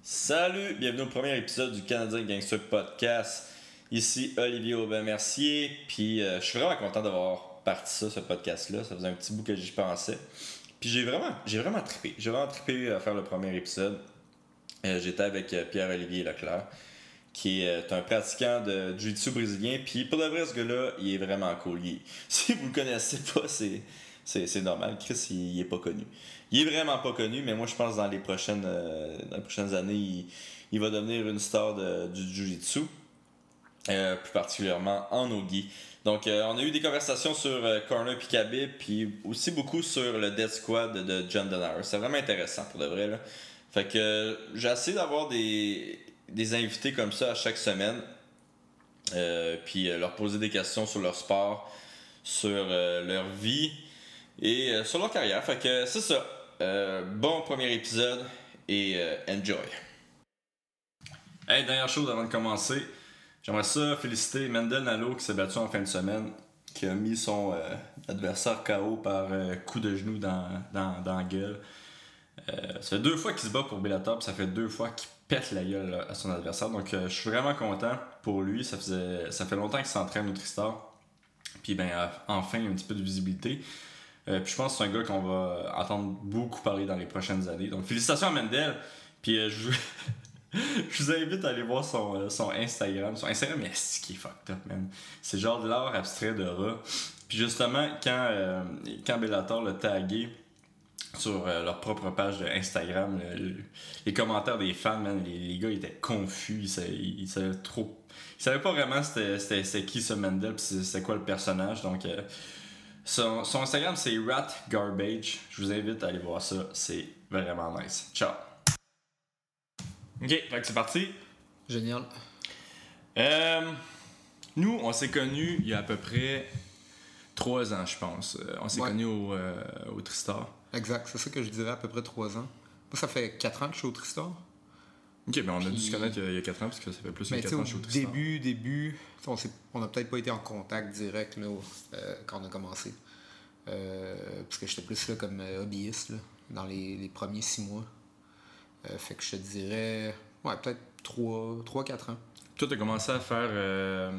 Salut, bienvenue au premier épisode du Canadien Gangster Podcast. Ici Olivier Aubin-Mercier, puis je suis vraiment content d'avoir parti ce podcast-là. Ça faisait un petit bout que j'y pensais. Puis j'ai vraiment trippé. J'ai vraiment trippé à faire le premier épisode. J'étais avec Pierre-Olivier Leclerc, qui est un pratiquant de jiu-jitsu brésilien. Puis pour de vrai, ce gars-là, il est vraiment cool. Si vous le connaissez pas, c'est normal. Chris, il est pas connu. Il est vraiment pas connu, mais moi, je pense que dans les prochaines années, il va devenir une star du jiu-jitsu. Plus particulièrement en Nogi. Donc, on a eu des conversations sur Corner puis Khabib, puis aussi beaucoup sur le Death Squad de John Danaher. C'est vraiment intéressant pour de vrai, là. Fait que j'ai essayé d'avoir des invités comme ça à chaque semaine, puis leur poser des questions sur leur sport, sur leur vie et sur leur carrière. Fait que c'est ça. Bon premier épisode et enjoy. Hey, dernière chose avant de commencer. J'aimerais ça féliciter Mendel Nalo qui s'est battu en fin de semaine, qui a mis son adversaire KO par coup de genou dans la gueule. Ça fait 2 fois qu'il se bat pour Bellator, puis ça fait 2 fois qu'il pète la gueule là, à son adversaire. Donc je suis vraiment content pour lui. Ça fait longtemps qu'il s'entraîne au Tristar. Puis enfin, il y a un petit peu de visibilité. Puis je pense que c'est un gars qu'on va entendre beaucoup parler dans les prochaines années. Donc félicitations à Mendel. Puis je vous invite à aller voir son Instagram. Son Instagram, c'est qui est fucked up, man. C'est genre de l'art abstrait de rat. Puis justement, quand Bellator l'a tagué sur leur propre page de Instagram, les commentaires des fans, man, les gars étaient confus. Ils savaient pas vraiment c'était qui ce Mendel, puis c'était quoi le personnage. Donc, son Instagram, c'est Rat Garbage. Je vous invite à aller voir ça. C'est vraiment nice. Ciao! Ok, fait que c'est parti. Génial. Nous, on s'est connus il y a à peu près 3 ans, je pense. On s'est connus au Tristar. Exact, c'est ça que je dirais, à peu près 3 ans. Moi, ça fait 4 ans que je suis au Tristar. Ok, mais on a dû se connaître il y a 4 ans, parce que ça fait plus de 4 ans que je suis au Tristar. Début, on a peut-être pas été en contact direct là, quand on a commencé. Parce que j'étais plus là comme hobbyiste là, dans les premiers 6 mois. Fait que je te dirais, peut-être 3-4 ans. Toi, t'as commencé à faire...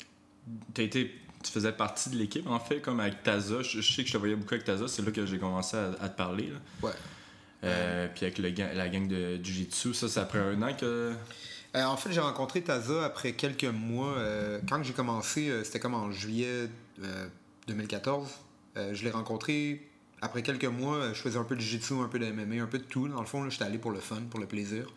tu faisais partie de l'équipe, en fait, comme avec Taza. Je sais que je te voyais beaucoup avec Taza. C'est là que j'ai commencé à te parler. Là. Ouais. Puis avec la gang de Jiu-Jitsu, ça après 1 an que... En fait, j'ai rencontré Taza après quelques mois. Quand j'ai commencé, c'était comme en juillet 2014. Je l'ai rencontré après quelques mois. Je faisais un peu de Jiu-Jitsu, un peu de MMA, un peu de tout. Dans le fond, j'étais allé pour le fun, pour le plaisir.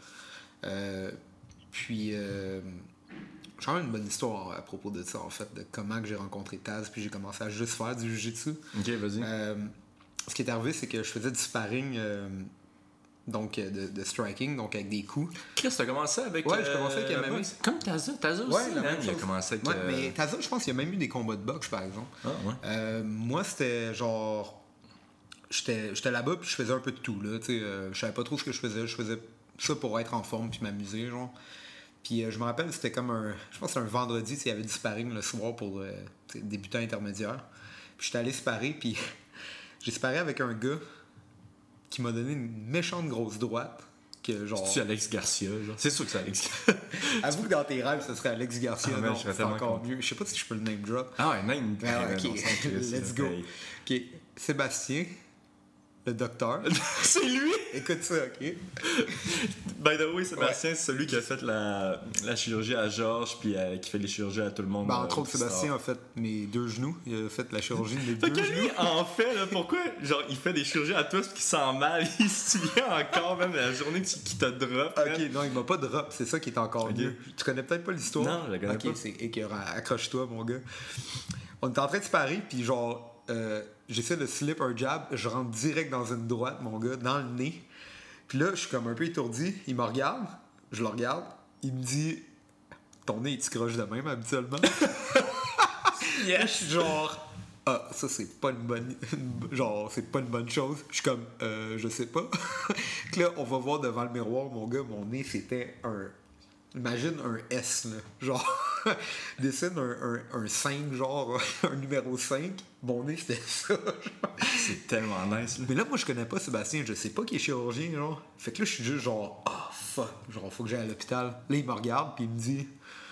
Puis... j'ai quand même une bonne histoire à propos de ça, en fait, de comment que j'ai rencontré Taz, puis j'ai commencé à juste faire du jiu-jitsu. Ok, vas-y. Ce qui est arrivé, c'est que je faisais du sparring, donc de striking, donc avec des coups. Chris, t'as commencé avec... Ouais, je commençais avec MMA. Comme Taza aussi, il a commencé avec... Ouais, mais Taza, je pense qu'il y a même eu des combats de boxe, par exemple. Ah, ouais. Moi, c'était genre... J'étais là-bas, puis je faisais un peu de tout, là, tu sais. Je savais pas trop ce que je faisais. Je faisais ça pour être en forme, puis m'amuser, genre. Puis je me rappelle, c'était comme je pense que c'était un vendredi, il y avait du sparring le soir pour débutants intermédiaires. Puis j'étais allé sparer, puis j'ai sparé avec un gars qui m'a donné une méchante grosse droite. Que, genre... C'est Alex Garcia, genre. C'est sûr que c'est Alex Garcia. Avoue que dans tes rêves, ce serait Alex Garcia. Ah, non, c'est encore mieux. Je sais pas si je peux le name drop. Ah ouais, name. Ok, let's go. Ok, Sébastien, le docteur. C'est lui! Écoute ça, ok? By the way, Sébastien, c'est celui qui a fait la chirurgie à Georges, puis qui fait les chirurgies à tout le monde. Entre autres, Sébastien a fait mes 2 genoux. Il a fait la chirurgie de mes 2 genoux. Lui, en fait, là, pourquoi genre, il fait des chirurgies à tous, puis qu'il sent mal, il se souvient encore même de la journée qu'il t'a drop. Ok, non, il m'a pas drop, c'est ça qui est encore mieux. Tu connais peut-être pas l'histoire? Non, je la connais pas. Ok, c'est écœurant. Accroche-toi, mon gars. On était en train de se parer, puis genre... j'essaie de slip un jab, je rentre direct dans une droite, mon gars, dans le nez. Puis là, je suis comme un peu étourdi. Il me regarde, je le regarde. Il me dit, ton nez, il te croche de même habituellement. Yes. Là, je suis genre, ça, c'est pas une bonne. Genre, c'est pas une bonne chose. Je suis comme, je sais pas. Puis là, on va voir devant le miroir, mon gars, mon nez, c'était un. Imagine un S, là. Genre, dessine un 5, genre, un numéro 5. Mon nez, c'était ça. Genre. C'est tellement nice, là. Mais là, moi, je connais pas Sébastien. Je sais pas qu'il est chirurgien, genre. Fait que là, je suis juste genre, fuck, genre, faut que j'aille à l'hôpital. Là, il me regarde, puis il me dit,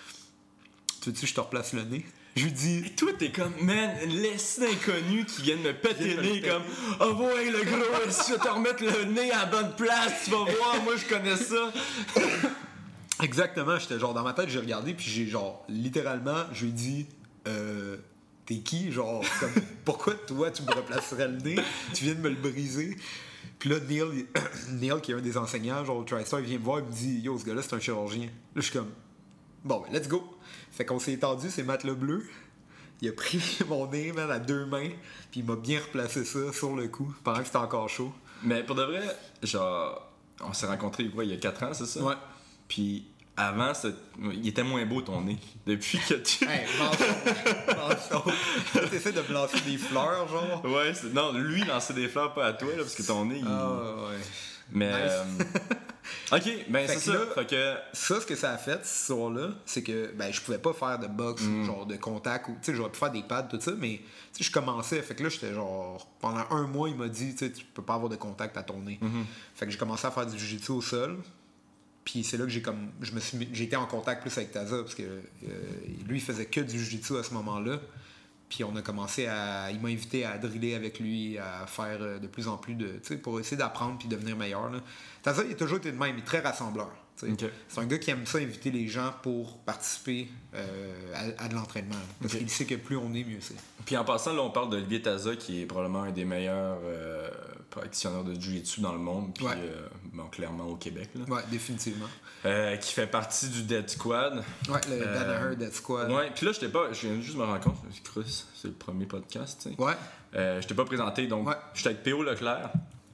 tu veux-tu que je te replace le nez? Je lui dis... Et toi, t'es comme, man, laisse l'inconnu qui vient de me péter le nez, comme, oh, ouais, le gros, si je vais te remettre le nez à la bonne place, tu vas voir, moi, je connais ça. Exactement, j'étais genre, dans ma tête, j'ai regardé, puis j'ai genre, littéralement, je lui ai dit, t'es qui? Genre, comme, pourquoi toi, tu me replacerais le nez? Tu viens de me le briser. Puis là, Neil, qui est un des enseignants, genre, au TriStar, il vient me voir, il me dit, yo, ce gars-là, c'est un chirurgien. Là, je suis comme, bon, ben, let's go. Fait qu'on s'est étendu ces matelas bleus. Il a pris mon nez, man, à 2 mains, puis il m'a bien replacé ça sur le cou, pendant que c'était encore chaud. Mais pour de vrai, genre, on s'est rencontrés, quoi, il y a 4 ans, c'est ça? Ouais. Puis avant, il était moins beau ton nez. Depuis que tu... Hey, mensonge. T'essaies de me lancer des fleurs, genre. Ouais, non, lui, lancer des fleurs, pas à toi, là, parce que ton nez, il... ouais. Mais... Nice. Ok, ben Fait c'est que ça. là, Fait que... Ça, ce que ça a fait, ce soir-là, c'est que ben, je pouvais pas faire de boxe, genre de contact, ou tu sais, j'aurais pu faire des pads, tout ça, mais tu sais, je commençais. Fait que là, j'étais genre. Pendant 1 mois, il m'a dit, tu sais, tu peux pas avoir de contact à ton nez. Fait que j'ai commencé à faire du jiu-jitsu au sol. Puis c'est là que j'ai été en contact plus avec Taza, parce que lui, il faisait que du jiu-jitsu à ce moment-là. Puis on a commencé à... Il m'a invité à driller avec lui, à faire de plus en plus de... Tu sais, pour essayer d'apprendre puis devenir meilleur. Là. Taza, il a toujours été de même, il est très rassembleur. Okay. C'est un gars qui aime ça, inviter les gens pour participer à de l'entraînement. Là, parce qu'il sait que plus on est, mieux c'est. Puis en passant, là, on parle d'Olivier Taza, qui est probablement un des meilleurs practitionnaires de jiu-jitsu dans le monde. Puis, bon, clairement au Québec. Là. Ouais, définitivement. Qui fait partie du Dead Squad. Ouais, le Danaher Dead Squad. Ouais, puis là, je viens juste de me rendre compte, Chris, c'est le premier podcast, tu sais. Ouais. Je t'ai pas présenté, donc j'étais avec P.O. Leclerc.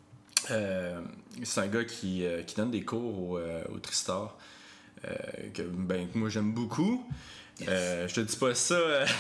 C'est un gars qui donne des cours au Tristar que moi j'aime beaucoup. Je te dis pas ça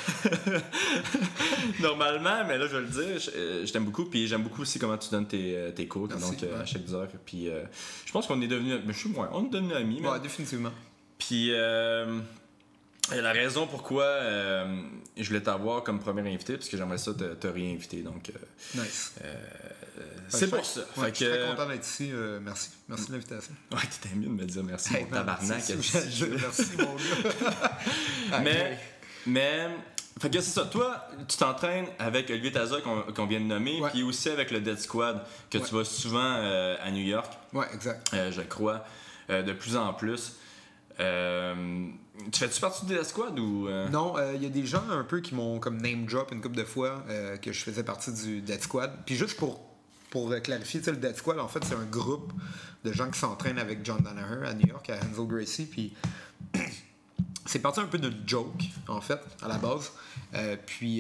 normalement, mais là je vais le dire. Je t'aime beaucoup, puis j'aime beaucoup aussi comment tu donnes tes cours. Merci, donc à chaque heure. Puis je pense qu'on est devenus, on est devenus amis. Ouais, définitivement. Puis la raison pourquoi je voulais t'avoir comme premier invité, parce que j'aimerais ça te réinviter. Donc, nice. C'est pour ça. Ouais, je suis très content d'être ici. Merci. Merci de l'invitation. Ouais, t'étais mieux de me dire merci, mon tabarnak. Merci, mon gars. mais fait que c'est ça. Toi, tu t'entraînes avec Olivier Taza qu'on vient de nommer, puis aussi avec le Dead Squad, que tu vas souvent à New York. Ouais, exact. Je crois. De plus en plus. Tu fais-tu partie du Dead Squad ou... Non, il y a des gens un peu qui m'ont comme name drop une couple de fois que je faisais partie du Dead Squad. Puis juste pour clarifier, le Dead Squad, en fait, c'est un groupe de gens qui s'entraînent avec John Danaher à New York, à Renzo Gracie. Puis c'est parti un peu d'une joke, en fait, à la base. Puis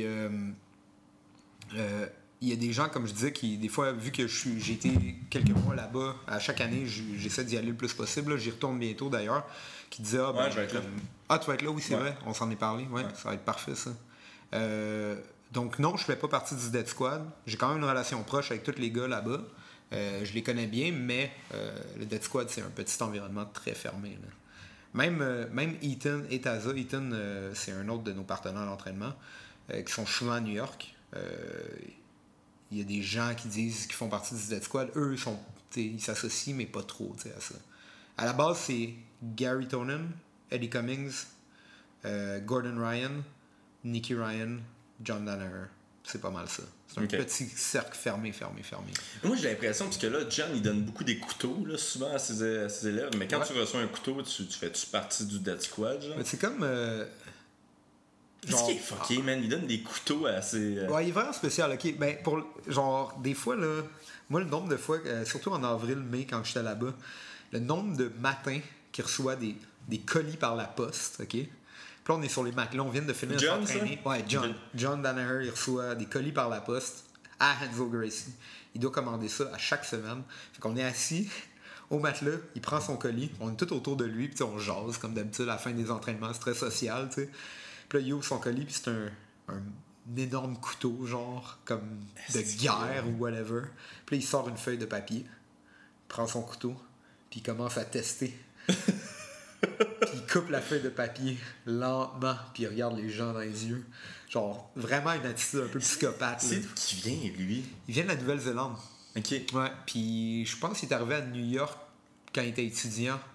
il y a des gens, comme je disais, qui, des fois, vu que j'ai été quelques mois là-bas, à chaque année, j'essaie d'y aller le plus possible. Là, j'y retourne bientôt, d'ailleurs. Qui disait, je vais être là. Ah, tu vas être là, oui, c'est vrai. On s'en est parlé. Ouais, ça va être parfait, ça. Donc, non, je fais pas partie du Dead Squad. J'ai quand même une relation proche avec tous les gars là-bas. Je les connais bien, mais le Dead Squad, c'est un petit environnement très fermé. Là. Même Ethan et Taza, Ethan, c'est un autre de nos partenaires à l'entraînement, qui sont souvent à New York. Il y a des gens qui disent qu'ils font partie du Dead Squad. Eux, ils s'associent, mais pas trop à ça. À la base, c'est Gary Tonin, Eddie Cummings, Gordon Ryan, Nicky Ryan, John Danaher. C'est pas mal ça. C'est un petit cercle fermé. Moi, j'ai l'impression, parce que là, John, il donne beaucoup des couteaux, là, souvent à ses élèves. Mais quand tu reçois un couteau, tu fais-tu partie du Dead Squad, genre? Mais c'est comme... Qu'est-ce qui est fucké, man? Il donne des couteaux à ses... Ouais, il est vraiment spécial, ok. Ben, genre, des fois, là... Moi, le nombre de fois, surtout en avril, mai, quand j'étais là-bas, le nombre de matins qu'il reçoit des colis par la poste, ok? Puis là, on est sur les matelas, on vient de finir de s'entraîner. Ouais, John Danaher, il reçoit des colis par la poste à Renzo Gracie. Il doit commander ça à chaque semaine. Fait qu'on est assis au matelas, il prend son colis, on est tout autour de lui, puis on jase, comme d'habitude, à la fin des entraînements. C'est très social, tu sais. Puis là, il ouvre son colis, puis c'est un énorme couteau, genre, comme de guerre ou whatever. Puis là, il sort une feuille de papier, prend son couteau, puis il commence à tester. Puis il coupe la feuille de papier lentement, puis il regarde les gens dans les yeux. Genre, vraiment une attitude un peu psychopathe. C'est d'où qu'il vient, lui? Il vient de la Nouvelle-Zélande. OK. Ouais, puis je pense qu'il est arrivé à New York quand il était étudiant.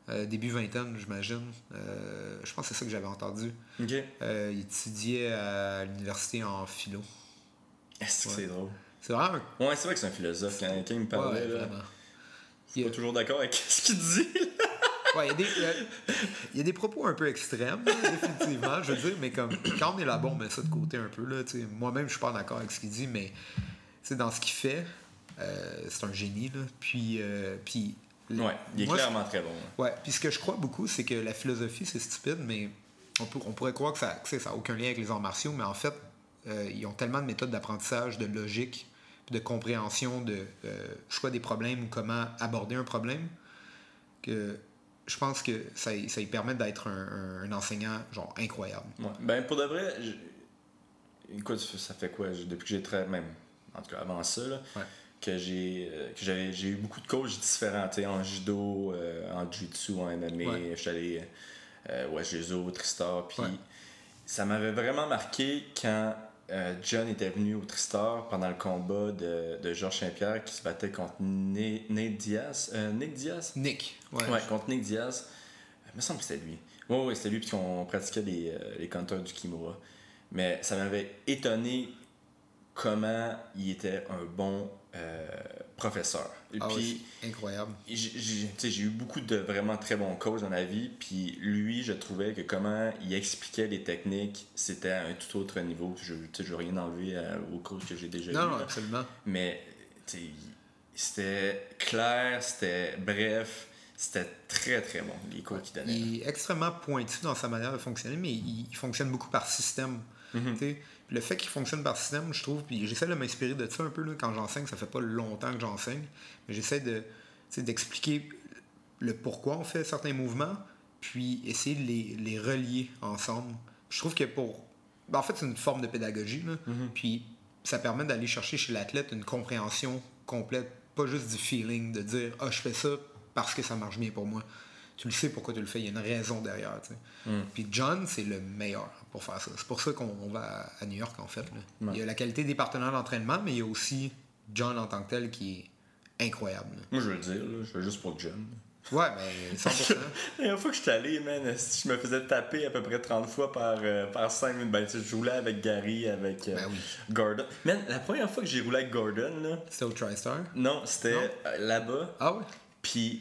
début vingtaine, j'imagine. Je pense que c'est ça que j'avais entendu. Ok. Il étudiait à l'université en philo. Est-ce que c'est drôle? C'est vraiment Ouais, c'est vrai que c'est un philosophe. Quand il me parlait, là, vraiment. je suis pas toujours d'accord avec ce qu'il dit. Là. Ouais, il y a des propos un peu extrêmes, là, définitivement, je veux dire, mais comme quand on est là-bas, on met ça de côté un peu. Là, moi-même, je suis pas d'accord avec ce qu'il dit, mais dans ce qu'il fait, c'est un génie. Là, puis Ouais, il est clairement très bon. Là. Ouais, puis ce que je crois beaucoup, c'est que la philosophie, c'est stupide, mais on pourrait croire que ça n'a aucun lien avec les arts martiaux, mais en fait, ils ont tellement de méthodes d'apprentissage, de logique, de compréhension de choix des problèmes ou comment aborder un problème, que je pense que ça lui permet d'être un enseignant genre incroyable. Ouais. Ben pour de vrai, écoute, ça fait quoi? Depuis que j'ai même, en tout cas avant ça, là, Ouais. que j'ai eu beaucoup de coachs différents, en judo, en jiu-jitsu, en MMA, Ouais. je suis allé chez eux au Tristar, puis Ouais. ça m'avait vraiment marqué quand John était venu au Tristar pendant le combat de Georges Saint-Pierre qui se battait contre Nick Diaz. Nick. Ouais, contre Nick Diaz. Il me semble que c'était lui. Oui, c'était lui, puisqu'on pratiquait les counters du Kimura. Mais ça m'avait étonné comment il était un bon professeur. Et puis, c'est incroyable. j'ai eu beaucoup de vraiment très bons coachs dans la vie, puis lui, je trouvais que comment il expliquait les techniques, c'était à un tout autre niveau. Je veux rien enlever aux coachs que j'ai déjà eu. Non, absolument. Mais c'était clair, c'était bref, c'était très très bon, les cours qu'il donnait. Il est extrêmement pointu dans sa manière de fonctionner, mais il fonctionne beaucoup par système. Mm-hmm. Le fait qu'il fonctionne par système, je trouve, puis j'essaie de m'inspirer de ça un peu là, quand j'enseigne, ça fait pas longtemps que j'enseigne, mais j'essaie d'expliquer le pourquoi on fait certains mouvements, puis essayer de les relier ensemble. Je trouve que en fait, c'est une forme de pédagogie, là, puis ça permet d'aller chercher chez l'athlète une compréhension complète, pas juste du feeling, de dire « Ah, je fais ça parce que ça marche bien pour moi ». Tu le sais pourquoi tu le fais, il y a une raison derrière. Puis John, c'est le meilleur pour faire ça. C'est pour ça qu'on va à New York, en fait. Là. Ouais. Il y a la qualité des partenaires d'entraînement, mais il y a aussi John en tant que tel qui est incroyable. Là. Moi, je veux le dire, là, je veux juste pour John. Ouais, mais 100%. La dernière fois que j'étais allé, man, je me faisais taper à peu près 30 fois par 5 minutes. Ben, je roulais avec Gary, avec Gordon. Man, la première fois que j'ai roulé avec Gordon, là... C'était au TriStar? Non, c'était là-bas. Ah ouais? Puis...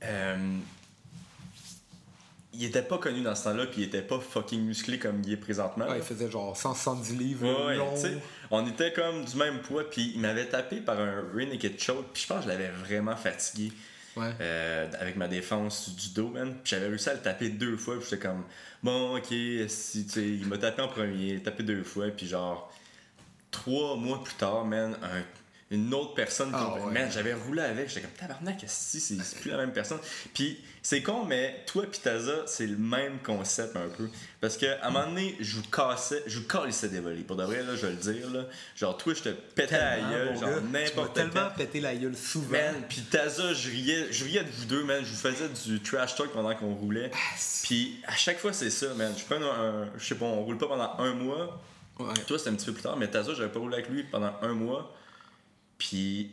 il était pas connu dans ce temps-là, puis il était pas fucking musclé comme il est présentement. Ouais, il faisait genre 170 livres. Ouais, tu sais, on était comme du même poids, puis il m'avait tapé par un rear naked choke, puis je pense que je l'avais vraiment fatigué. Ouais. Avec ma défense du dos, man. Puis j'avais réussi à le taper 2 fois, puis j'étais comme, bon, ok, si, tu sais, il m'a tapé en premier, il a tapé 2 fois, puis genre, 3 mois plus tard, man, une autre personne, man, j'avais roulé avec, j'étais comme tabarnak, c'est plus la même personne. Puis c'est con, mais toi pis Taza, c'est le même concept un peu. Parce que à un moment donné, je vous calissais des volets. Pour de vrai, là, je vais le dire, là. Genre, toi, je te pétais la gueule, genre n'importe quoi. tellement pété la gueule souvent. Man, pis Taza, je riais de vous deux, man. Je vous faisais du trash talk pendant qu'on roulait. Puis à chaque fois, c'est ça, man. Je prends je sais pas, on roule pas pendant 1 mois. Ouais. Toi, c'était un petit peu plus tard, mais Taza, j'avais pas roulé avec lui pendant 1 mois. Puis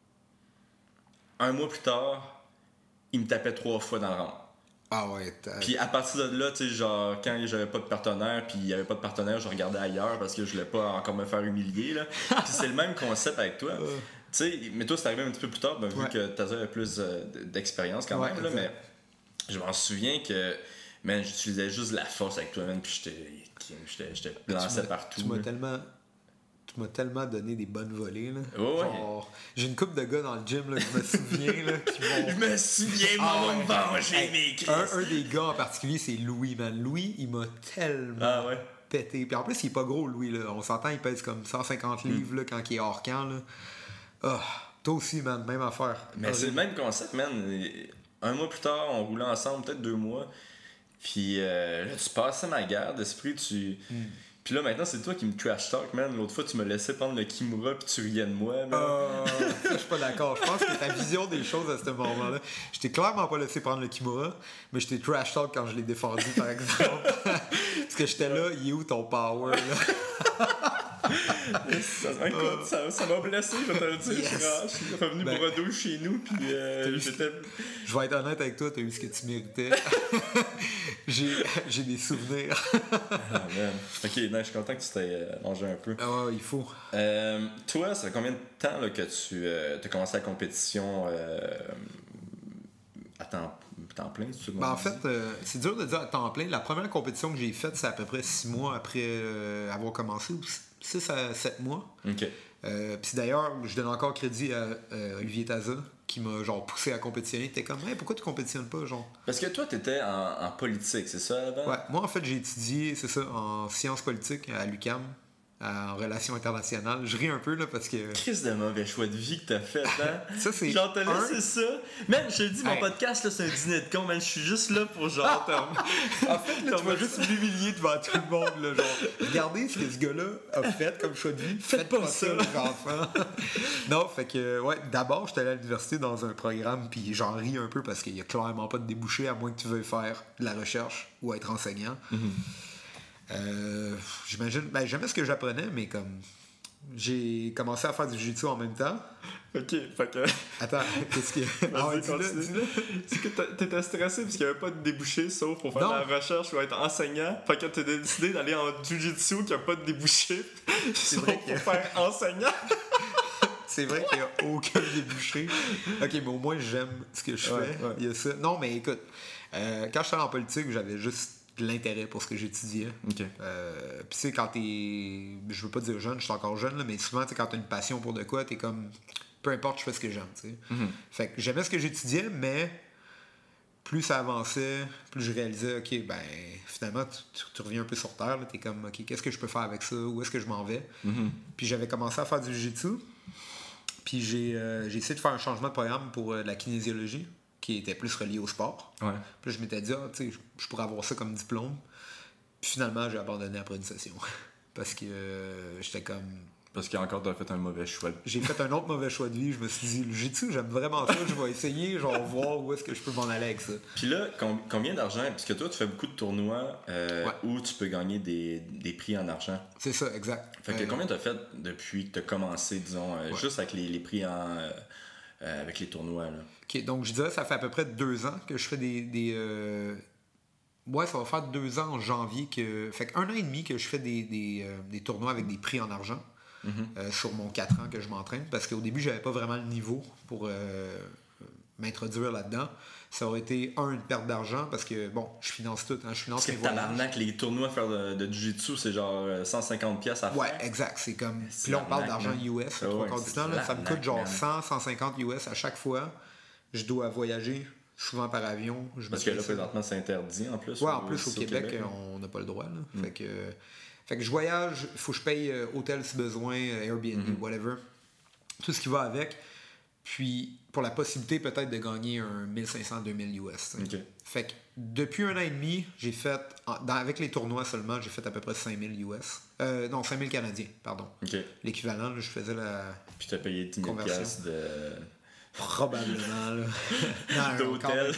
1 mois plus tard, il me tapait 3 fois dans le rang. Ah ouais. Puis à partir de là, tu sais, genre, quand j'avais pas de partenaire, puis il y avait pas de partenaire, je regardais ailleurs parce que je voulais pas encore me faire humilier, là. Puis c'est le même concept avec toi. Tu sais, mais toi, c'est arrivé un petit peu plus tard, vu que Taza avait plus d'expérience quand même, là, mais je m'en souviens que, man, j'utilisais juste la force avec toi, man, puis je te lançais partout. Tu m'as tellement donné des bonnes volées, là. Oh, ouais. Genre, j'ai une couple de gars dans le gym, là, que je me souviens, là, qui vont... Je me souviens, me venger, mes Christ. Un des gars en particulier, c'est Louis, man. Louis, il m'a tellement pété. Puis en plus, il est pas gros, Louis, là. On s'entend, il pèse comme 150 livres, là, quand il est hors camp, là. Ah, toi aussi, man, même affaire. Mais c'est le même concept, man. 1 mois plus tard, on roulait ensemble, peut-être 2 mois. Puis là, tu passais ma garde d'esprit, Puis là, maintenant, c'est toi qui me trash talk, man. L'autre fois, tu me laissais prendre le Kimura puis tu riais de moi, man. Ça, je suis pas d'accord. Je pense que ta vision des choses à ce moment-là... Je t'ai clairement pas laissé prendre le Kimura, mais je t'ai trash talk quand je l'ai défendu, par exemple. Parce que j'étais là, il est où ton power, là? Écoute, ça m'a blessé, je vais te le dire. Yes. Je suis revenu bredouille chez nous, puis j'étais... Je vais être honnête avec toi, t'as eu ce que tu méritais. j'ai des souvenirs. Ah, man. Ok, non, je suis content que tu t'aies mangé un peu. Ah ouais, il faut. Toi, ça fait combien de temps là, que tu as commencé la compétition à temps plein? En fait, c'est dur de dire à temps plein. La première compétition que j'ai faite, c'est à peu près 6 mois après avoir commencé, ou 6 à 7 mois. Ok. Puis d'ailleurs, je donne encore crédit à Olivier Taza, qui m'a genre poussé à compétitionner. T'es comme, hey, pourquoi tu compétitionnes pas, genre? Parce que toi, t'étais en politique, c'est ça, avant? Ouais, moi en fait, j'ai étudié, c'est ça, en sciences politiques à l'UQAM, en relations internationales. Je ris un peu, là, parce que... Crise de mauvais choix de vie que t'as fait, hein? Ça, c'est genre, t'as laissé ça. Man, je te dis, mon podcast, là, c'est un dîner de con, man. Je suis juste là pour genre... En fait, là, tu vas juste m'humilier devant tout le monde, là, genre... Regardez ce que ce gars-là a fait comme choix de vie. Faites pas ça, les enfants. Non, fait que, ouais, d'abord, j'étais allé à l'université dans un programme, puis j'en ris un peu parce qu'il y a clairement pas de débouché, à moins que tu veuilles faire de la recherche ou être enseignant. J'imagine, j'aimais ce que j'apprenais, mais comme j'ai commencé à faire du jiu-jitsu en même temps. Ok, fait que... Attends, qu'est-ce que... dis-le. C'est que t'étais stressé parce qu'il n'y avait pas de débouché sauf pour faire de la recherche ou être enseignant. Fait que t'as décidé d'aller en jiu-jitsu qui n'a pas de débouché sauf pour faire enseignant. C'est vrai qu'il n'y a aucun débouché. Ok, mais au moins j'aime ce que je fais. Ouais. Il y a ça. Non, mais écoute, quand j'étais en politique, j'avais juste de l'intérêt pour ce que j'étudiais. Okay. Puis tu sais, quand t'es... Je veux pas dire jeune, je suis encore jeune, là, mais souvent, quand t'as une passion pour de quoi, t'es comme... Peu importe, je fais ce que j'aime, tu sais. Fait que j'aimais ce que j'étudiais, mais plus ça avançait, plus je réalisais, ok, finalement, tu reviens un peu sur terre, t'es comme, ok, qu'est-ce que je peux faire avec ça? Où est-ce que je m'en vais? Puis j'avais commencé à faire du jiu-jitsu. Puis j'ai essayé de faire un changement de programme pour la kinésiologie, qui était plus relié au sport. Ouais. Puis là, je m'étais dit, tu sais, je pourrais avoir ça comme diplôme. Puis finalement, j'ai abandonné après une session. Parce que j'étais comme... Parce qu'encore, t'as fait un mauvais choix. J'ai fait un autre mauvais choix de vie. Je me suis dit, le jiu-jitsu, j'aime vraiment ça. Je vais essayer, genre, voir où est-ce que je peux m'en aller avec ça. Puis là, combien d'argent? Parce que toi, tu fais beaucoup de tournois où tu peux gagner des prix en argent. C'est ça, exact. Fait que combien t'as fait depuis que t'as commencé, disons, juste avec les prix avec les tournois, là? Ok, donc je dirais ça fait à peu près 2 ans que je fais des ouais, ça va faire 2 ans en janvier que... Fait qu'un an et demi que je fais des tournois avec des prix en argent. Sur mon 4 ans que je m'entraîne, parce qu'au début j'avais pas vraiment le niveau pour m'introduire là-dedans. Ça aurait été une perte d'argent parce que bon, je finance tout, je finance les voyages. Tabarnak, les tournois à faire de jiu-jitsu, c'est genre 150$ à faire. Ouais, exact, c'est comme... Puis là on parle d'argent US, trois quarts du temps, là, ça me coûte genre 100-150 US à chaque fois. Je dois voyager souvent par avion. Parce que là présentement c'est interdit en plus. Ouais, en plus au Québec on n'a pas le droit là. Fait que je voyage, il faut que je paye hôtel si besoin, Airbnb, whatever. Tout ce qui va avec. Puis, pour la possibilité peut-être de gagner un 1500-2000 US. Okay. Fait que depuis 1 an et demi, j'ai fait, avec les tournois seulement, j'ai fait à peu près 5000 US. Non, 5000 Canadiens, pardon. Okay. L'équivalent, là, je faisais la... Puis t'as payé 10 000 $ de... Probablement, là. Non, d'hôtel.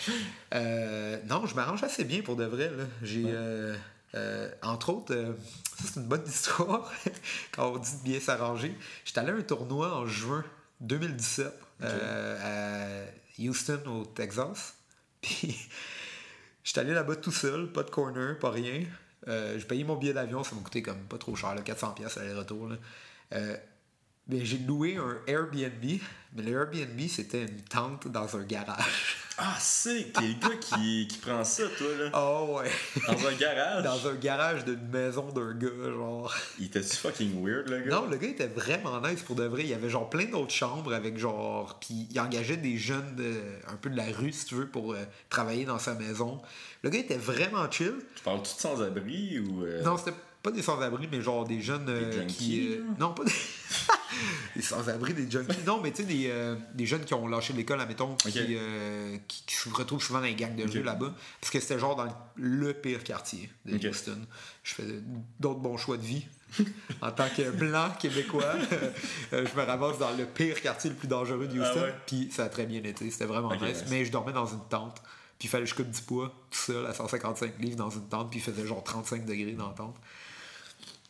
Non, je m'arrange assez bien pour de vrai, là. J'ai... entre autres, ça c'est une bonne histoire quand on dit de bien s'arranger. J'étais allé à un tournoi en juin 2017 à Houston au Texas. Puis j'étais allé là-bas tout seul, pas de corner, pas rien. J'ai payé mon billet d'avion, ça m'a coûté comme pas trop cher, là, 400$ l'aller-retour. Mais j'ai loué un Airbnb, mais le Airbnb c'était une tente dans un garage. Ah, c'est t'es le gars qui prend ça, toi, là. Oh, ouais. Dans un garage? Dans un garage d'une maison d'un gars, genre. Il était-tu fucking weird, le gars? Non, le gars était vraiment nice pour de vrai. Il y avait genre plein d'autres chambres avec genre... Puis il engageait des jeunes un peu de la rue, si tu veux, pour travailler dans sa maison. Le gars était vraiment chill. Tu parles-tout de sans-abri ou... Non, c'était pas des sans-abri, mais genre des jeunes des qui... non, pas des... des sans-abri, des junkies. Non, mais tu sais, des jeunes qui ont lâché l'école, admettons, qui se retrouvent souvent dans les gangs de rue là-bas. Parce que c'était genre dans le pire quartier de Houston. Je fais d'autres bons choix de vie. En tant que blanc québécois, je me ramasse dans le pire quartier le plus dangereux de Houston. Puis ça a très bien été. C'était vraiment nice. Mais je dormais dans une tente. Puis il fallait que je coupe du poids tout seul à 155 livres dans une tente. Puis il faisait genre 35 degrés dans la tente.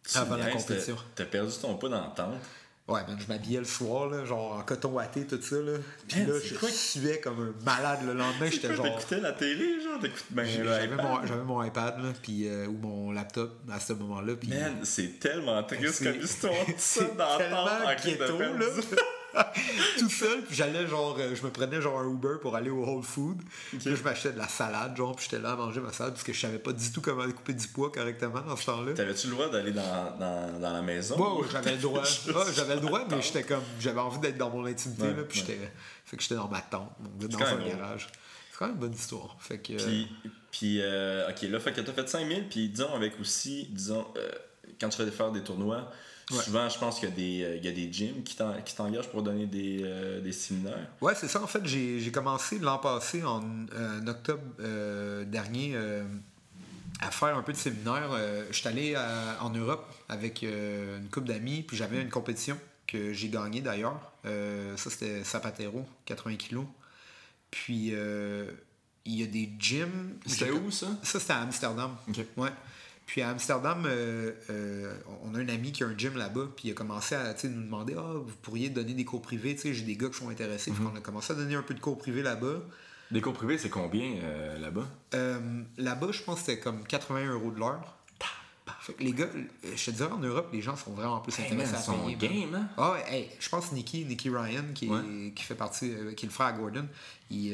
avant la compétition. T'as perdu ton poids dans la tente. Ouais, man, je m'habillais le soir, là, genre en coton watté, tout ça. Là. Puis Man, là, je suais comme un malade le lendemain. J'étais genre. T'écoutais la télé, genre, J'avais mon iPad, là, puis, ou mon laptop à ce moment-là. Puis... Man, c'est tellement triste comme histoire, ça, dans la tente, ghetto, là. Tout seul, puis j'allais genre, je me prenais genre un Uber pour aller au Whole Food. Puis là, je m'achetais de la salade, genre, puis j'étais là à manger ma salade parce que je savais pas du tout comment couper du poids correctement dans ce temps-là. T'avais-tu le droit d'aller dans la maison? Ouais, j'avais le droit. J'avais le droit, mais j'étais comme, j'avais envie d'être dans mon intimité, là, puis fait que j'étais dans ma tente, donc dans un garage. C'est quand même une bonne histoire. Fait que. Puis ok, là, fait que t'as fait 5000, puis disons, avec aussi, quand tu vas faire des tournois. Ouais. Souvent, je pense qu'il y a des gyms qui t'engagent pour donner des séminaires. Ouais, c'est ça. En fait, j'ai commencé l'an passé, en octobre dernier, à faire un peu de séminaires. Je suis allé en Europe avec une couple d'amis, puis j'avais une compétition que j'ai gagnée d'ailleurs. Ça, c'était Zapatero, 80 kg. Puis, il y a des gyms... C'était où, ça? Ça, c'était à Amsterdam. OK. Ouais. Puis à Amsterdam, on a un ami qui a un gym là-bas, puis il a commencé à nous demander « Ah, vous pourriez donner des cours privés, j'ai des gars qui sont intéressés. Puis on a commencé à donner un peu de cours privés là-bas. Des cours privés, c'est combien là-bas? Là-bas, je pense que c'était comme 80 € de l'heure. Fait que les gars, je te dirais en Europe, les gens sont vraiment plus intéressés à payer. Game, hein? Ah ouais, hey, je pense que Nicky Ryan, qui fait partie, qui est le frère à Gordon, il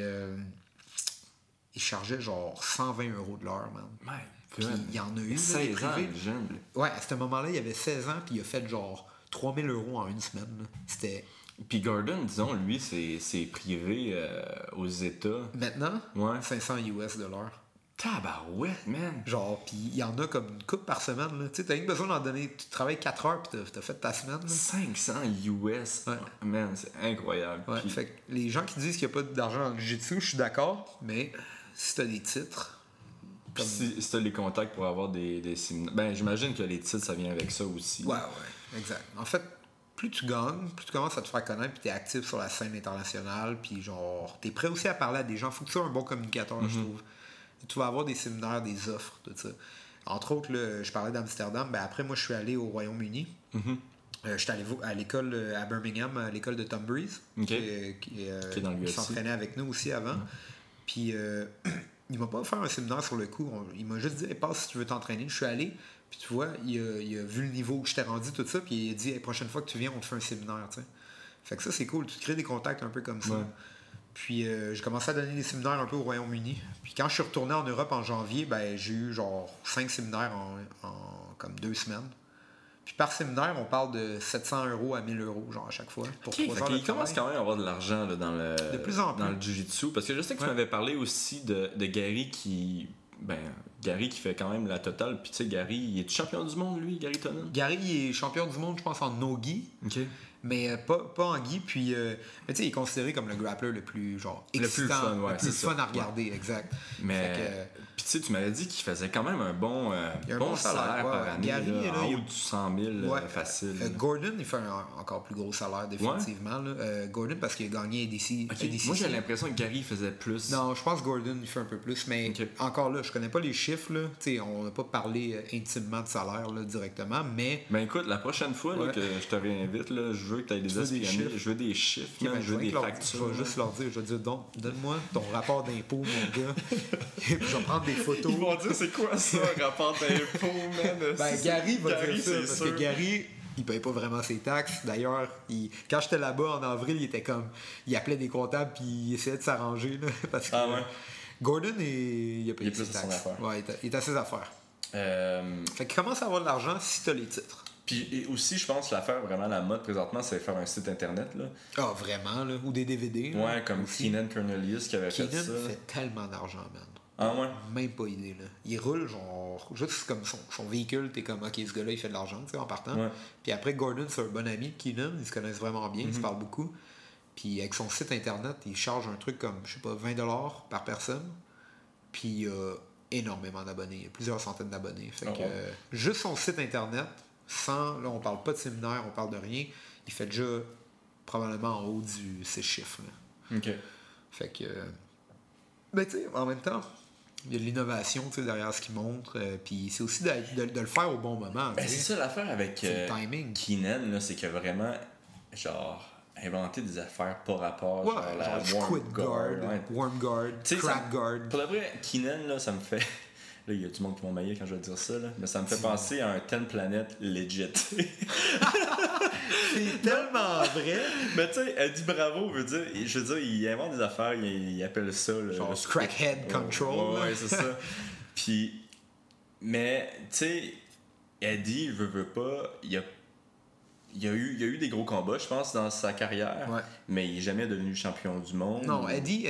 chargeait genre 120 € de l'heure, man. Puis il y en a eu. 16 ans, jeune. Ouais, à ce moment-là, il avait 16 ans, puis il a fait genre 3000 € en une semaine. Là. C'était. Puis Gordon, disons, lui, c'est privé aux États. Maintenant, ouais. 500 US de l'heure. Tabarouette, man. Genre, puis il y en a comme une coupe par semaine. Tu sais, t'as rien besoin d'en donner. Tu travailles 4 heures, puis t'as fait ta semaine. Là. 500 US. Ouais. Man, c'est incroyable. Ouais, puis... Fait que les gens qui disent qu'il n'y a pas d'argent dans le jiu-jitsu, je suis d'accord, mais si t'as des titres. Puis si t'as les contacts pour avoir des séminaires. Ben, j'imagine que les titres, ça vient avec ça aussi. Ouais, exact. En fait, plus tu gagnes, plus tu commences à te faire connaître, puis t'es actif sur la scène internationale, puis genre, t'es prêt aussi à parler à des gens. Faut que tu sois un bon communicateur, je trouve. Tu vas avoir des séminaires, des offres, tout ça. Entre autres, là, je parlais d'Amsterdam. Ben après, moi, je suis allé au Royaume-Uni. J'étais allé à l'école à Birmingham, à l'école de Tom Breeze, qui s'entraînait avec nous aussi avant. Puis il m'a pas offert un séminaire sur le coup. Il m'a juste dit hey, passe si tu veux t'entraîner. Je suis allé, puis tu vois, il a vu le niveau où j'étais rendu, tout ça, puis il a dit hey, prochaine fois que tu viens, on te fait un séminaire. T'sais. Fait que ça, c'est cool. Tu te crées des contacts un peu comme ça. Ouais. Puis j'ai commencé à donner des séminaires un peu au Royaume-Uni. Puis quand je suis retourné en Europe en janvier, ben j'ai eu genre 5 séminaires en comme 2 semaines. Puis par séminaire, on parle de 700 € à 1000 € genre à chaque fois. Pour 3 heures il commence quand même à avoir de l'argent là, dans le jiu-jitsu. Parce que je sais que tu m'avais parlé aussi de Gary qui fait quand même la totale. Puis tu sais, Gary, il est champion du monde, lui, Gary Tonon? Gary, il est champion du monde, je pense, en no-gi. OK. Mais pas en gi. Puis, tu sais, il est considéré comme le grappler le plus, genre, excitant, le plus fun, ouais, le plus fun à regarder, exact. Mais, puis tu sais, tu m'avais dit qu'il faisait quand même un bon salaire par année, Gary, là, en haut du 100 000 facile. Gordon, il fait un encore plus gros salaire, définitivement. Là. Gordon, parce qu'il a gagné ADC. Moi, j'ai l'impression que Gary faisait plus. Non, je pense que Gordon, il fait un peu plus. Mais encore là, je connais pas les chiffres. Là. On n'a pas parlé intimement de salaire là, directement, mais... Ben écoute, la prochaine fois là, que je te réinvite, là, je veux que tu aies des espionnés. Je veux des chiffres, je veux des factures. Je vais juste leur dire, je vais dire, donne-moi ton rapport d'impôt, mon gars. Et puis je vais prendre des photos. Ils vont dire, c'est quoi ça, un rapport d'impôt, man? Ben, Gary va dire ça, parce que Gary, il paye pas vraiment ses taxes. D'ailleurs, quand j'étais là-bas en avril, il était comme... Il appelait des comptables, puis il essayait de s'arranger, là, parce que... Gordon, il a payé ses taxes. Ouais, il est à ses affaires. Fait qu'il commence à avoir de l'argent si t'as les titres. Puis aussi, je pense l'affaire vraiment la mode présentement, c'est faire un site internet. Là. Ah, vraiment, là? Ou des DVD. Ouais, là, comme Keenan Cornelius qui avait fait ça. Keenan fait tellement d'argent, man. Ah ouais? Même pas idée, là. Il roule, genre, juste comme son véhicule, t'es comme, ok, ce gars-là, il fait de l'argent, tu sais, en partant. Ouais. Puis après, Gordon, c'est un bon ami de Keenan, ils se connaissent vraiment bien, ils se parlent beaucoup. Puis avec son site internet, il charge un truc comme, je sais pas, 20 $, par personne. Puis il a énormément d'abonnés, il y a plusieurs centaines d'abonnés. Fait que juste son site internet, là, on parle pas de séminaire, on parle de rien, il fait déjà probablement en haut de ses chiffres. Là. OK. Fait que... Ben, tu sais, en même temps, Il y a de l'innovation derrière ce qu'il montre. Puis c'est aussi de le faire au bon moment. Ben, c'est ça l'affaire avec C'est le timing. Keenan, là, c'est qu'il a vraiment genre inventé des affaires par rapport Ouais, genre la genre warm squid guard. guard, Ouais. worm guard, Tu sais, crab guard. Pour le vrai, Keenan, là, ça me fait. Là, il y a du monde qui m'ont maillé quand je vais dire ça, là. Mais ça me fait penser à un 10 Planet legit. C'est tellement vrai. Mais tu sais, Eddie Bravo veut dire, je veux dire, il invente des affaires, il appelle ça le. Genre crackhead control. Ouais, c'est ça. Puis, mais tu sais, Eddie veut pas, il a eu des gros combats, je pense, dans sa carrière, Ouais. mais il n'est jamais devenu champion du monde. Non, Eddie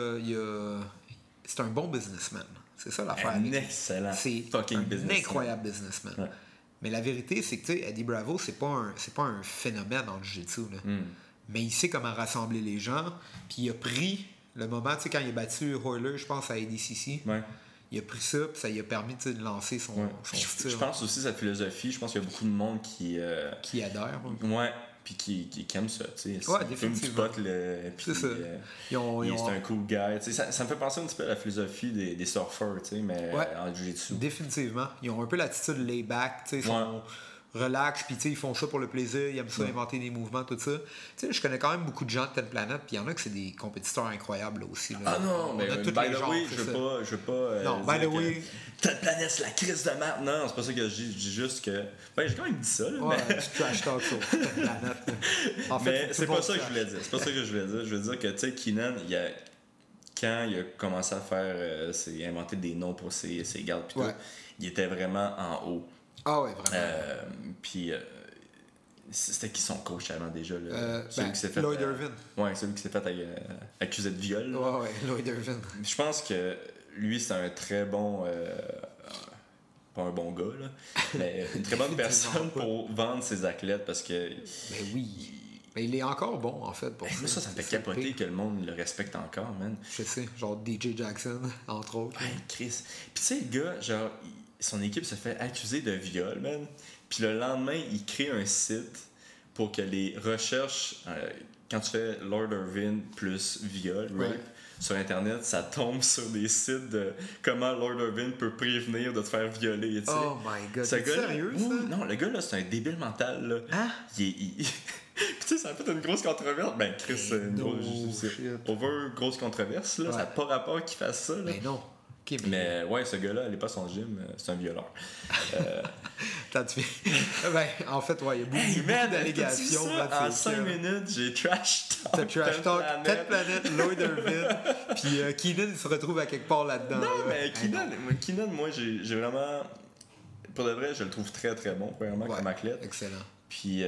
c'est un bon businessman. C'est ça l'affaire. Un excellent C'est fucking un businessman. incroyable businessman. Ouais. Mais la vérité, c'est que tu sais, Eddie Bravo, c'est pas un phénomène en jiu-jitsu. Là. Mais il sait comment rassembler les gens. Puis il a pris le moment, tu sais, quand il a battu Hoyler, je pense, à ADCC. Ouais. Il a pris ça, puis ça lui a permis de lancer son style. Je pense aussi sa philosophie, je pense qu'il y a beaucoup de monde qui adhère. Ouais, puis qui aime ça, tu sais. Ouais, il fume du définitivement. pot, puis C'est ça. c'est un cool guy. Tu sais, ça me fait penser un petit peu à la philosophie des surfeurs, tu sais, mais Ouais. en jiu-jitsu. Définitivement. Ils ont un peu l'attitude lay-back, tu sais, ils sont relax, puis tu sais, ils font ça pour le plaisir, ils aiment ça, inventer des mouvements, tout ça. Tu sais, je connais quand même beaucoup de gens de Ten Planet, puis il y en a que c'est des compétiteurs incroyables là, aussi. Là. Ah non, mais On a tous by les the genres, way, c'est je ça. veux pas Non, by the way. Ten Planet, c'est la crise de merde. Non, c'est pas ça que je dis. Je dis juste que. Ben, j'ai quand même dit ça, là. Ouais, mais... du trash talk sur Ten Planet. Là. En fait, mais tout c'est le pas monde ça que je sache. voulais dire. C'est pas ça que je voulais dire. Je veux dire que, tu sais, Keenan, quand il a commencé à faire. Inventer des noms pour ses gardes, pis Ouais. tout, il était vraiment en haut. Ah ouais, vraiment. Puis. C'était qui son coach avant déjà? Là? Ben, Lloyd Irvin. Ouais, celui qui s'est fait accuser de viol. Là. Ouais, Lloyd Irvin. Je pense que lui, c'est un très bon. Pas un bon gars, là. Mais une très bonne personne pour vendre ses athlètes parce que. Ben oui. Mais il est encore bon, en fait, pour Moi, ça me fait capoter que le monde le respecte encore, man. Je sais, genre DJ Jackson, entre autres. Ouais, Chris. Puis tu sais, le gars, genre, son équipe se fait accuser de viol, man. Puis le lendemain, il crée un site pour que les recherches, quand tu fais Lord Irvin plus viol, rape, sur Internet, ça tombe sur des sites de comment Lord Irvin peut prévenir de te faire violer, tu sais. Oh my god, Ce c'est gars-là- sérieux, oui, ça? non, le gars, là, c'est un débile mental, là. Hein? Puis tu sais, ça a fait une grosse controverse. Ben, Chris, c'est une No grosse... shit. Over grosse controverse, là. Ouais. Ça n'a pas rapport qu'il fasse ça, là. Ben non. Ok, Mais ouais, ce gars-là, allez pas à son gym, c'est un violeur. Attends, ben, en fait, ouais, il y a beaucoup, beaucoup d'allégations. En 5 minutes, j'ai trash talk. T'as trash talk, Ten Planet. Planet, Lloyd Irvin, puis Keenan se retrouve à quelque part là-dedans. Non, là. mais Keenan, moi, j'ai vraiment... Pour de vrai, je le trouve très très bon, premièrement, Ouais, comme athlète. excellent. Puis,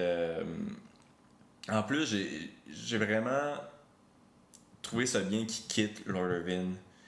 en plus, j'ai vraiment trouvé ça bien qu'il quitte Lord Irvin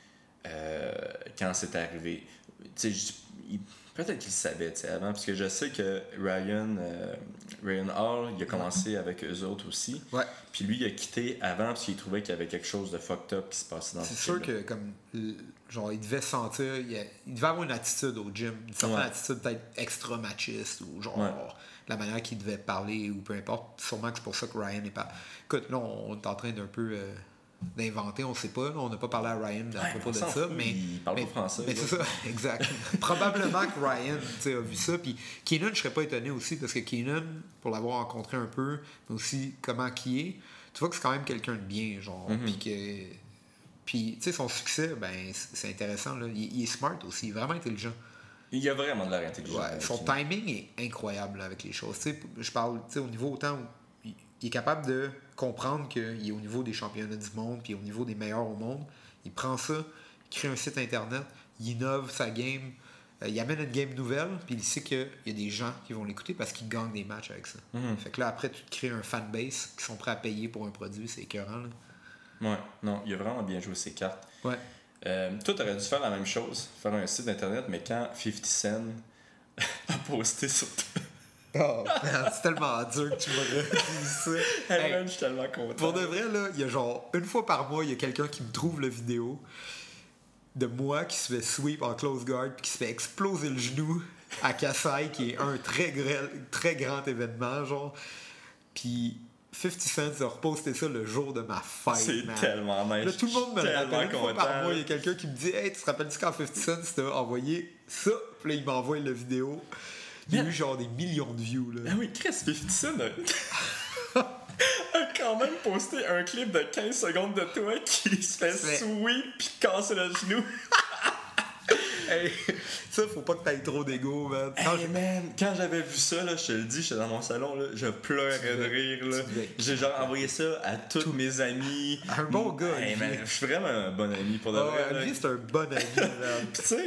quand c'est arrivé. Tu sais, peut-être qu'il le savait, tu sais, avant, parce que je sais que Ryan Hall, il a commencé avec eux autres aussi. Ouais. Puis lui, il a quitté avant parce qu'il trouvait qu'il y avait quelque chose de fucked up qui se passait dans C'est ce sûr club-là. que, comme, genre, il devait sentir, il devait avoir une attitude au gym, une certaine attitude peut-être extra machiste, ou genre, la manière qu'il devait parler, ou peu importe. Sûrement que c'est pour ça que Ryan est pas. Écoute, là, on est en train d'un peu d'inventer, on sait pas, là, on n'a pas parlé à Ryan à propos de on s'en ça, fout, mais. il parle pas français. Mais là. c'est ça, exact. Probablement que Ryan tu sais, a vu ça. Puis Keenan, je serais pas étonné aussi, parce que Keenan, pour l'avoir rencontré un peu, mais aussi comment qui est, tu vois que c'est quand même quelqu'un de bien, genre. Puis que. Puis, tu sais, son succès, ben, c'est intéressant. Là. Il est smart aussi, il est vraiment intelligent. Il y a vraiment de l'air intelligent. Ouais, son timing est incroyable là, avec les choses. Tu sais, je parle tu sais, au niveau autant où il est capable de comprendre qu'il est au niveau des championnats du monde, puis au niveau des meilleurs au monde. Il prend ça, il crée un site internet, il innove sa game, il amène une game nouvelle, puis il sait qu'il y a des gens qui vont l'écouter parce qu'il gagne des matchs avec ça. Fait que là, après, tu te crées un fanbase qui sont prêts à payer pour un produit, c'est écœurant. Là. Ouais, non, il a vraiment bien joué ses cartes. Ouais. Toi, t'aurais dû faire la même chose, faire un site internet, mais quand 50 Cent a posté sur Oh, man, c'est tellement dur que tu m'aurais dit ça. Hey, Hey, man, je suis tellement content. pour de vrai, là, il y a genre une fois par mois, il y a quelqu'un qui me trouve la vidéo de moi qui se fait sweep en close guard puis qui se fait exploser le genou à Kassai, qui est un très grand événement, genre. Puis 50 Cent a reposté ça le jour de ma fête, C'est man. tellement nice. Là, tout le monde me le tellement rappelle. Une fois par content. mois, il y a quelqu'un qui me dit « Hey, tu te rappelles-tu quand 50 Cent t'a envoyé ça? » Puis là, il m'envoie la vidéo. Il y a eu genre des millions de views, là. Ah oui, Chris 50 Cent a quand même posté un clip de 15 secondes de toi qui se fait sweep pis casser le genou. Hey, ça, faut pas que t'aies trop d'ego, man. Quand j'avais vu ça, là, je te le dis, j'étais dans mon salon, là, je pleurais de rire. Là. J'ai genre envoyé ça à tous mes amis. Un bon gars, hey, man, je suis vraiment un bon ami pour de vrai. Olivier, c'est un bon ami, man. Tu sais,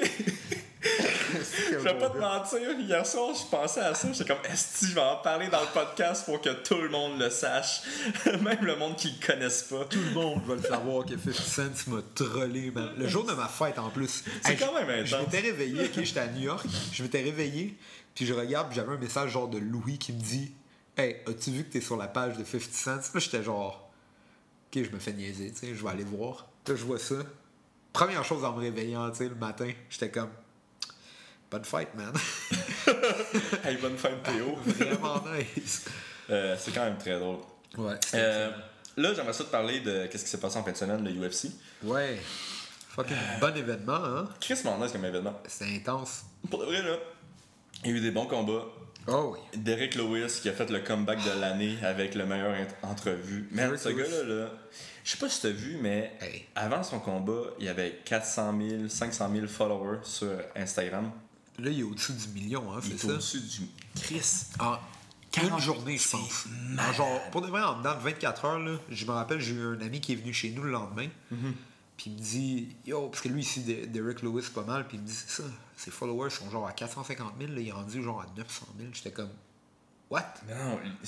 je vais pas te mentir, hier soir, je pensais à ça, j'étais comme, esti, je vais en parler dans le podcast pour que tout le monde le sache. Même le monde qui le connaisse pas. Tout le monde va le savoir que 50 Cent m'a trollé, man. Le jour de ma fête, en plus. C'est quand même intense. Je m'étais réveillé, ok, j'étais à New York, je m'étais réveillé, puis je regarde, puis j'avais un message genre de Louis qui me dit « Hey, as-tu vu que t'es sur la page de 50 Cent? » Là, j'étais genre « Ok, je me fais niaiser, tu sais, je vais aller voir. » Là, je vois ça. Première chose en me réveillant, tu sais, le matin, j'étais comme « Bonne fête, man. » Hey, bonne fête, Théo. Vraiment nice. C'est quand même très drôle. Ouais. Là, j'aimerais ça te parler de qu'est-ce qui s'est passé en fin de semaine, le UFC. Ouais. Fucking bon événement, hein? Chris Mendez comme événement. C'était intense. Pour de vrai, là, il y a eu des bons combats. Oh oui. Derek Lewis qui a fait le comeback de l'année avec le meilleur entrevue. Man, Derek ce Lewis. gars-là, je sais pas si t'as vu, mais Hey. avant son combat, il y avait 400 000, 500 000 followers sur Instagram. Là, il est au-dessus du million, hein, Il c'est est ça? au-dessus du Chris. En 40 une journée, je pense. malade. Genre, pour de vrai, en dedans de 24 heures, là, je me rappelle, j'ai eu un ami qui est venu chez nous le lendemain. Puis il me dit, yo, parce que lui ici, Derek Lewis, pas mal. Puis il me dit, c'est ça, ses followers sont genre à 450 000, là, il est rendu genre à 900 000. J'étais comme, what? Non, tu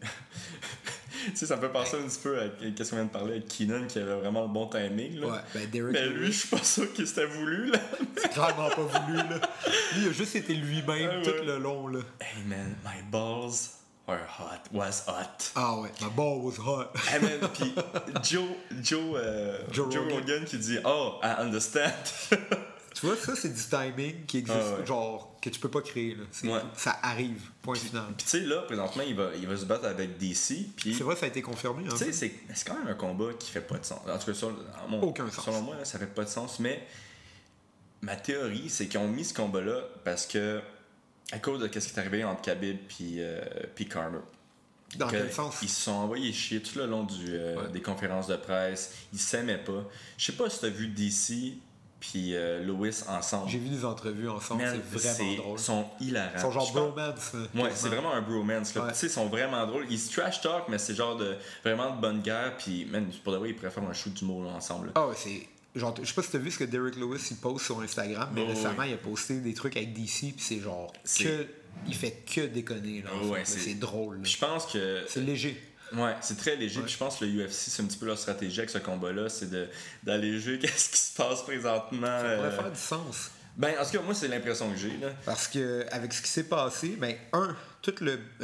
sais, ça me fait penser un petit peu à qu'est-ce qu'on vient de parler avec Keenan qui avait vraiment le bon timing. Là. Ouais, ben Derek Mais Lewis, lui, je suis pas sûr qu'il s'était voulu. Là. c'est clairement pas voulu, là. Lui, il a juste été lui-même Ah ouais. tout le long, là. Hey man, my balls was hot. Ah ouais, my ball was hot. Hey man, pis Joe Rogan qui dit oh, I understand. Tu vois, ça, c'est du timing qui existe, Ah ouais. genre, que tu peux pas créer, là. Ouais. Ça arrive, point final. Pis tu sais, là, présentement, il va se battre avec DC. Pis C'est vrai, ça a été confirmé, hein. tu sais, c'est quand même un combat qui fait pas de sens. En tout cas, Aucun sens. Selon moi, là, ça fait pas de sens. Mais ma théorie, c'est qu'ils ont mis ce combat-là parce que, à cause de ce qui est arrivé entre Khabib puis Conor. Dans quel sens? Ils se sont envoyés chier tout le long des conférences de presse. Ils s'aimaient pas. Je sais pas si t'as vu DC puis Lewis ensemble. J'ai vu des entrevues ensemble, Man, c'est vraiment drôle. Ils sont hilarants. Ils sont genre Je pense- bromance. Ouais, c'est vraiment un bromance. Là. Ouais. Tu sais, ils sont vraiment drôles. Ils se trash talk, mais c'est genre de vraiment de bonne guerre. Puis, man, pour de vrai, ils pourraient faire un shoot d'humour là, ensemble. Là. Ah ouais, c'est... Genre, je sais pas si t'as vu ce que Derek Lewis il poste sur Instagram, mais Oh, récemment oui. il a posté des trucs avec DC, puis c'est genre il fait que déconner là. Oh, en ouais, fait, c'est drôle. Là. Puis je pense que. C'est léger. Ouais, c'est très léger. Ouais. Puis je pense que le UFC, c'est un petit peu leur stratégie avec ce combat-là, c'est d'alléger qu'est-ce qui se passe présentement. Ça pourrait faire du sens. Ben, en tout cas, moi, c'est l'impression que j'ai. Là. Parce que avec ce qui s'est passé, ben tout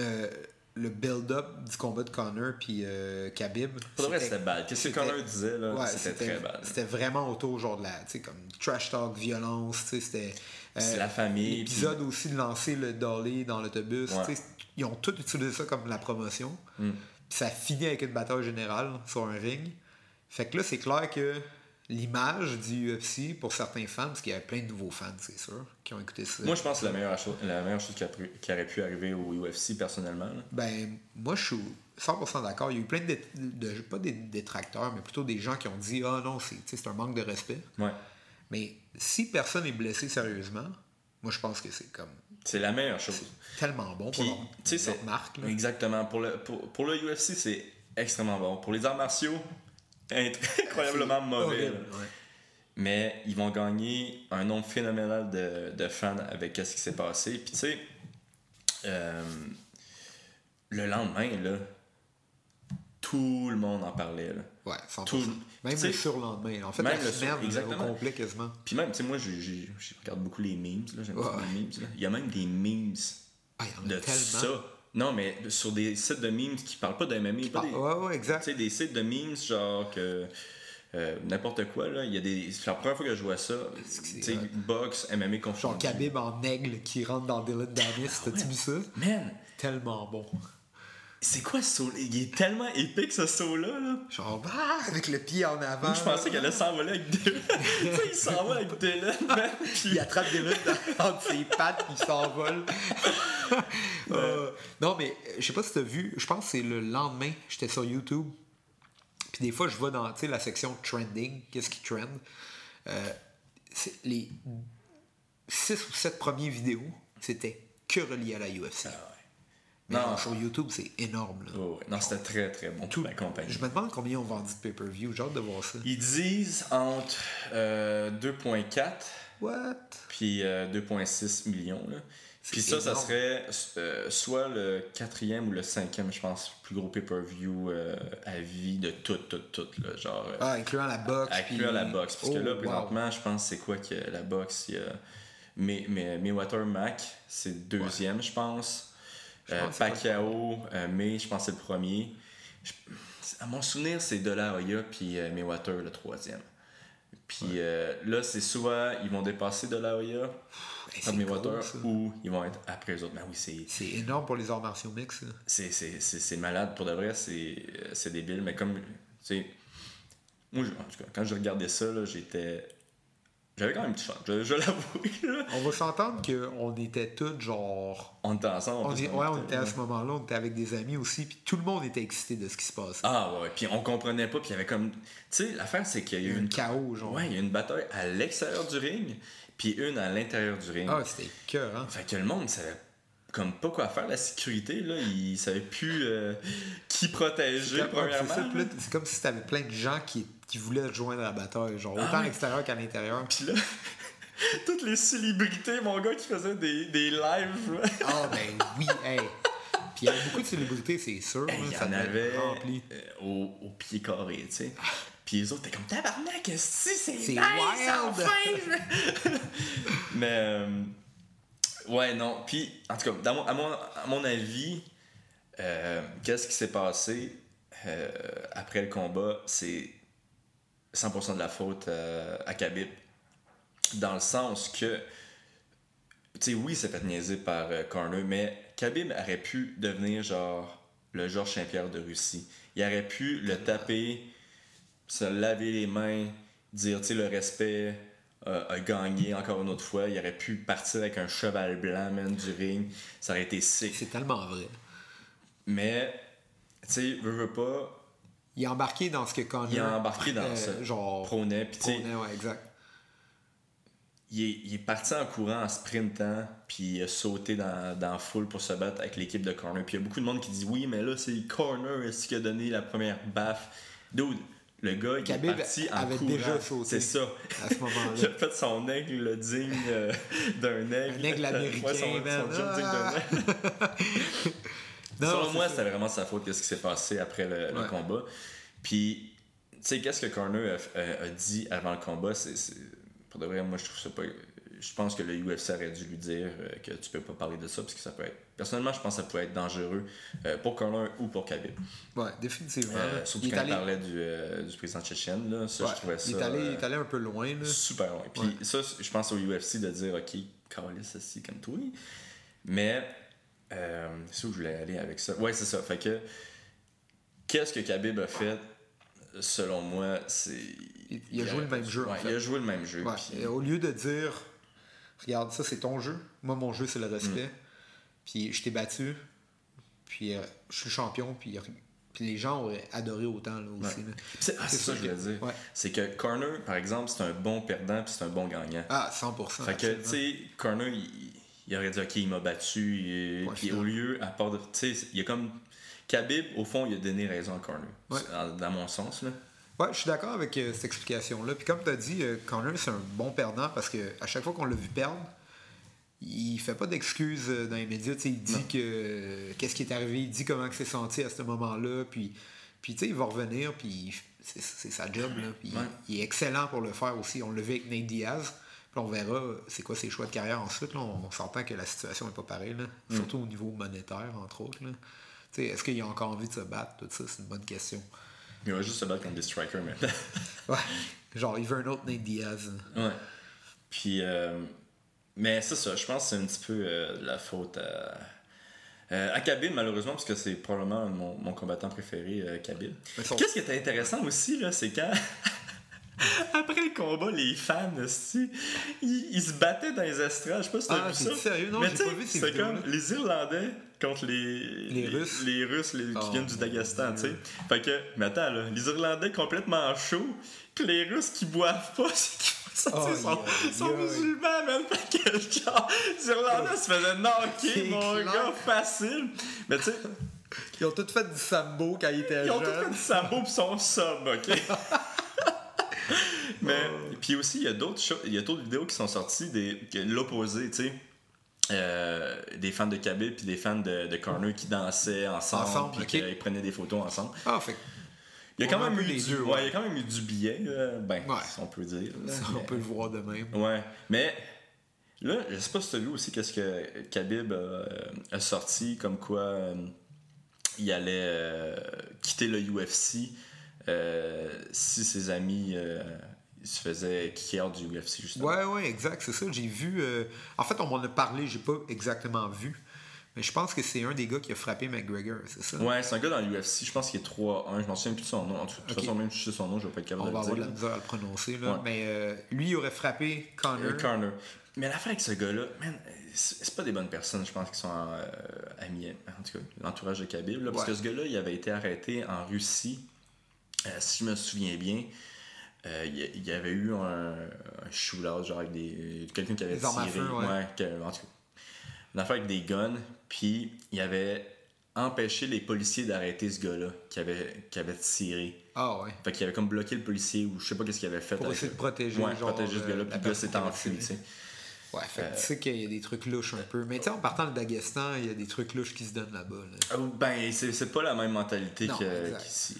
le build-up du combat de Conor puis Khabib. Pour de vrai, c'était bad. Qu'est-ce que Conor disait, là, Ouais, c'était très bad. C'était vraiment autour genre de la, tu sais, comme trash talk, violence, tu sais, c'était... C'est la famille. L'épisode aussi de lancer le dolly dans l'autobus, Ouais. tu sais, ils ont tout utilisé ça comme la promotion. Mm. Puis ça finit avec une bataille générale sur un ring. Fait que là, c'est clair que l'image du UFC, pour certains fans, parce qu'il y avait plein de nouveaux fans, c'est sûr, qui ont écouté ça. Moi, je pense que la meilleure chose qui aurait pu arriver au UFC, personnellement. Là. Ben, moi, je suis 100% d'accord. Il y a eu plein de pas des détracteurs, mais plutôt des gens qui ont dit « Ah non, c'est un manque de respect. Ouais. » Mais si personne est blessé sérieusement, moi, je pense que c'est comme C'est la meilleure chose. tellement bon pour Puis, leur, tu sais, leur marque. Là. Exactement. Pour le UFC, c'est extrêmement bon. Pour les arts martiaux, incroyablement mauvais. Horrible, là. ouais. Mais ils vont gagner un nombre phénoménal de fans avec ce qui s'est passé. Puis tu sais, le lendemain, là, tout le monde en parlait. Là. Ouais, 100%. Tout- Même tu sais, le surlendemain. En fait, même la le semaine exactement. au complet quasiment. Puis même, tu sais, moi, je regarde beaucoup les memes. Là, j'aime Ouais. beaucoup les memes. Là. Il y a même des memes Ah, il y en a de tellement. ça. Non, mais sur des sites de memes qui parlent pas de MMA. Pas des, Ouais, exact. tu sais, des sites de memes, genre que n'importe quoi, là. Il y a des. C'est la première fois que je vois ça. Tu sais, box, MMA confondu. Genre Khabib en aigle qui rentre dans Dylan Danis. T'as-tu vu ça? Man, Tellement bon. C'est quoi ce saut? Il est tellement épique ce saut-là. Là. Genre, avec le pied en avant. Moi, je pensais qu'elle allait s'envoler avec Dylan. Tu sais, il s'envole avec Dylan, man. Puis... Il attrape Dylan entre ses pattes, puis il s'envole. Non, mais je sais pas si t'as vu, je pense que c'est le lendemain, j'étais sur YouTube. Puis des fois, je vais dans la section trending, qu'est-ce qui trend. Les 6 ou 7 premières vidéos, c'était que relié à la UFC. Ah ouais. Mais non, sur YouTube, c'est énorme. Là. Oh, ouais. Non, c'était très très bon pour la compagnie. Je me demande combien ils ont vendu de pay-per-view. J'ai hâte de voir ça. Ils disent entre 2,4 What? puis 2,6 millions. Là. Puis ça, ça serait soit le 4e ou le 5e, je pense, plus gros pay-per-view à vie de tout. Là, genre, incluant la boxe. Incluant la boxe. Parce que là, présentement, je pense c'est quoi que la boxe, il y a Mayweather Mac, c'est le 2e, je pense. Pacquiao, je pense que c'est le premier. À mon souvenir, c'est De La Hoya puis Mayweather le 3e. Puis là, c'est soit ils vont dépasser De La Hoya, Mayweather, ou ils vont être après eux autres. Ben oui, c'est énorme pour les arts martiaux mix. C'est malade. Pour de vrai, c'est débile. Mais comme, tu sais, moi, en tout cas, quand je regardais ça, là, j'avais quand même du fun, je l'avoue. On va s'entendre qu'on était tous genre... On était ensemble. On était à ce moment-là, on était avec des amis aussi, puis tout le monde était excité de ce qui se passait. Ah ouais, puis on comprenait pas, puis il y avait comme... Tu sais, l'affaire, c'est qu'il y a eu une chaos, genre. Ouais, il y a une bataille à l'extérieur du ring, puis une à l'intérieur du ring. Ah, c'était cœur, hein. Fait que le monde savait comme pas quoi faire, la sécurité, là, ils savaient plus qui protéger, premièrement. C'est comme si t'avais plein de gens qui voulaient rejoindre la bataille, genre autant à l'extérieur qu'à l'intérieur. Puis là, toutes les célébrités, mon gars, qui faisaient des lives. Ah, ben oui, hey. Puis il y avait beaucoup de célébrités, c'est sûr. Il y en avait au pied carré, tu sais. Puis les autres étaient comme tabarnak, c'est nice, wild! Enfin! Mais, ouais, non. Puis, en tout cas, à mon avis, qu'est-ce qui s'est passé après le combat, c'est 100% de la faute à Khabib. Dans le sens que, tu sais, oui, il s'est fait niaiser par Conor, mais Khabib aurait pu devenir genre le Georges Saint-Pierre de Russie. Il aurait pu le taper, se laver les mains, dire, tu sais, le respect a gagné encore une autre fois. Il aurait pu partir avec un cheval blanc, man, du ring. Ça aurait été sick. C'est tellement vrai. Mais, tu sais, veux pas... Il est embarqué dans ce que Conor... Il est embarqué dans ça. Genre... Prônait, puis tu sais... ouais, exact. Il est parti en courant, en sprintant, puis il a sauté dans la foule pour se battre avec l'équipe de Conor. Puis il y a beaucoup de monde qui dit oui, mais là, c'est Conor qui a donné la première baffe. Dude, le gars, il est parti en courant. Déjà sauté. C'est ça. À ce moment-là. Il a fait son aigle digne d'un aigle. Un aigle américain, ouais, son job digne d'un aigle. Selon moi, c'était vraiment sa faute, qu'est-ce qui s'est passé après le combat. Puis, tu sais, qu'est-ce que Conor a dit avant le combat, pour de vrai, moi, je trouve ça pas... Je pense que le UFC aurait dû lui dire que tu peux pas parler de ça, parce que ça peut être... Personnellement, je pense que ça peut être dangereux pour Conor ou pour Khabib. Ouais, définitivement. Surtout quand il parlait du président tchétchène, là, ça, je trouvais ça... Il est allé un peu loin, là. Super loin. Puis ça, je pense au UFC de dire, OK, calisse assis comme toi. Mais, c'est où je voulais aller avec ça? Ouais, c'est ça. Fait que, qu'est-ce que Khabib a fait? Selon moi, c'est... Il a joué le même jeu. Ouais, il a joué le même jeu. Ouais. Puis... Au lieu de dire, regarde, ça c'est ton jeu, moi mon jeu c'est le respect, puis je t'ai battu, puis je suis champion, puis les gens auraient adoré autant là aussi. Ouais. C'est ça que je voulais dire. Ouais. C'est que Conor, par exemple, c'est un bon perdant, puis c'est un bon gagnant. Ah, 100%. Fait que, tu sais, Conor, il aurait dit, OK, il m'a battu, puis au lieu, à part de. Tu sais, il y a comme. Khabib, au fond, il a donné raison à Conor. Ouais. Dans mon sens, là. Ouais, je suis d'accord avec cette explication-là. Puis comme tu as dit, Conor, c'est un bon perdant parce qu'à chaque fois qu'on l'a vu perdre, il fait pas d'excuses dans les médias. Il dit qu'est-ce qui est arrivé, il dit comment il s'est senti à ce moment-là. Puis tu sais, il va revenir, puis c'est sa job. Là, puis il est excellent pour le faire aussi. On l'a vu avec Nate Diaz. Puis on verra c'est quoi ses choix de carrière ensuite. Là, on s'entend que la situation n'est pas pareille. Là, surtout au niveau monétaire, entre autres. Là. Est-ce qu'il a encore envie de se battre? Tout ça, c'est une bonne question. Il va juste se battre contre des strikers maintenant. Ouais. Genre, il veut un autre Nate Diaz. Ouais. Puis, mais c'est ça. Je pense que c'est un petit peu la faute À Khabib, malheureusement, parce que c'est probablement mon combattant préféré, Khabib. Qu'est-ce qui était intéressant aussi, là, c'est quand... Après le combat, les fans, ils se battaient dans les estrades. Je sais pas si t'as vu ça. Sérieux? Non, mais j'ai pas vu ces c'est vidéos-là. comme les Irlandais contre les Russes. Les Russes qui viennent du Daghestan, tu sais. Fait que, mais attends, là, les Irlandais complètement chauds, puis les Russes qui boivent pas, c'est qu'ils sont musulmans, même. Fait que, genre, les Irlandais se faisaient knocker, mon gars, facile. Mais tu sais... Ils ont tous fait du sambo quand ils étaient jeunes. Ils ont tous fait du sambo pis sont sub, ok? Mais, puis aussi, il y a d'autres vidéos qui sont sorties de l'opposé, tu sais. Des fans de Khabib puis des fans de Conor qui dansaient ensemble puis qui prenaient des photos ensemble. Ah, fait il y a quand même eu il y a quand même eu du billet, si on peut dire. Là, on peut le voir de même. Ouais, mais là, je sais pas si tu as vu aussi qu'est-ce que Khabib a sorti, comme quoi il allait quitter le UFC si ses amis se faisaient kicker out du UFC, justement. Ouais, exact, c'est ça. J'ai vu... En fait, on m'en a parlé, j'ai pas exactement vu. Mais je pense que c'est un des gars qui a frappé McGregor, c'est ça? Ouais, c'est un gars dans l'UFC, je pense qu'il est 3-1, je m'en souviens plus de son nom. De toute façon, même si je sais son nom, je vais pas être capable de le dire. On va avoir de la misère à le prononcer, là. Ouais. Mais lui, il aurait frappé Conor. Mais l'affaire avec ce gars-là, man, c'est pas des bonnes personnes, je pense, qui sont amis, en tout cas, l'entourage de Khabib, là, parce que ce gars-là, il avait été arrêté en Russie, si je me souviens bien. Il y avait eu un shootout, genre avec quelqu'un qui avait tiré. En tout cas, une affaire avec des guns, puis il avait empêché les policiers d'arrêter ce gars-là qui avait tiré. Ah ouais. Fait qu'il avait comme bloqué le policier ou je sais pas qu'est-ce qu'il avait fait. Pour essayer de protéger, protéger ce gars-là, puis le gars s'est enfui, tu sais. Ouais, fait tu sais qu'il y a des trucs louches un peu. Mais tu sais, en partant de Daghestan, il y a des trucs louches qui se donnent là-bas. Là. Ben, c'est pas la même mentalité qu'ici.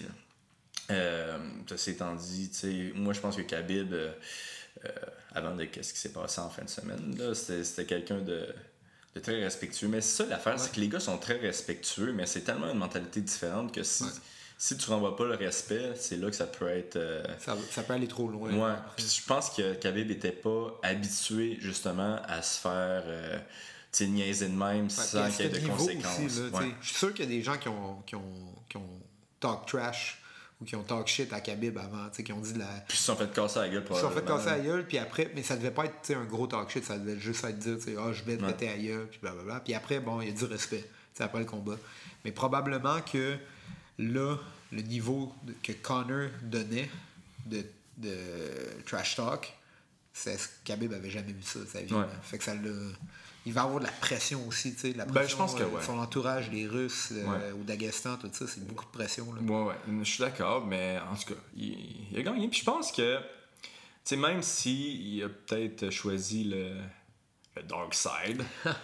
Ceci étant dit, tu sais, moi je pense que Khabib, avant de qu'est-ce qui s'est passé en fin de semaine, là, c'était quelqu'un de très respectueux. Mais c'est ça l'affaire, c'est que les gars sont très respectueux, mais c'est tellement une mentalité différente que si tu renvoies pas le respect, c'est là que ça peut être... Ça peut aller trop loin. Ouais. Puis je pense que Khabib était pas habitué justement à se faire niaiser de même sans qu'il y ait de conséquences. Aussi, là, je suis sûr qu'il y a des gens qui ont talk trash ou qui ont talk shit à Khabib avant, qui ont dit de la... Puis ils se sont fait casser la gueule. Ils se sont fait casser la gueule, puis après... Mais ça devait pas être un gros talk shit, ça devait juste être dire, je vais te péter la gueule, puis blablabla. Puis après, bon, il y a du respect, après le combat. Mais probablement que là, le niveau que Conor donnait de trash talk, c'est ce que Khabib avait jamais vu ça de sa vie. Ouais. Fait que ça l'a... Il va avoir de la pression aussi, tu sais, la pression, je pense que son entourage, les Russes, au Daghestan, tout ça, c'est beaucoup de pression. Là. Ouais, je suis d'accord, mais en tout cas, il a gagné. Puis je pense que, tu sais, même s'il a peut-être choisi le dark side,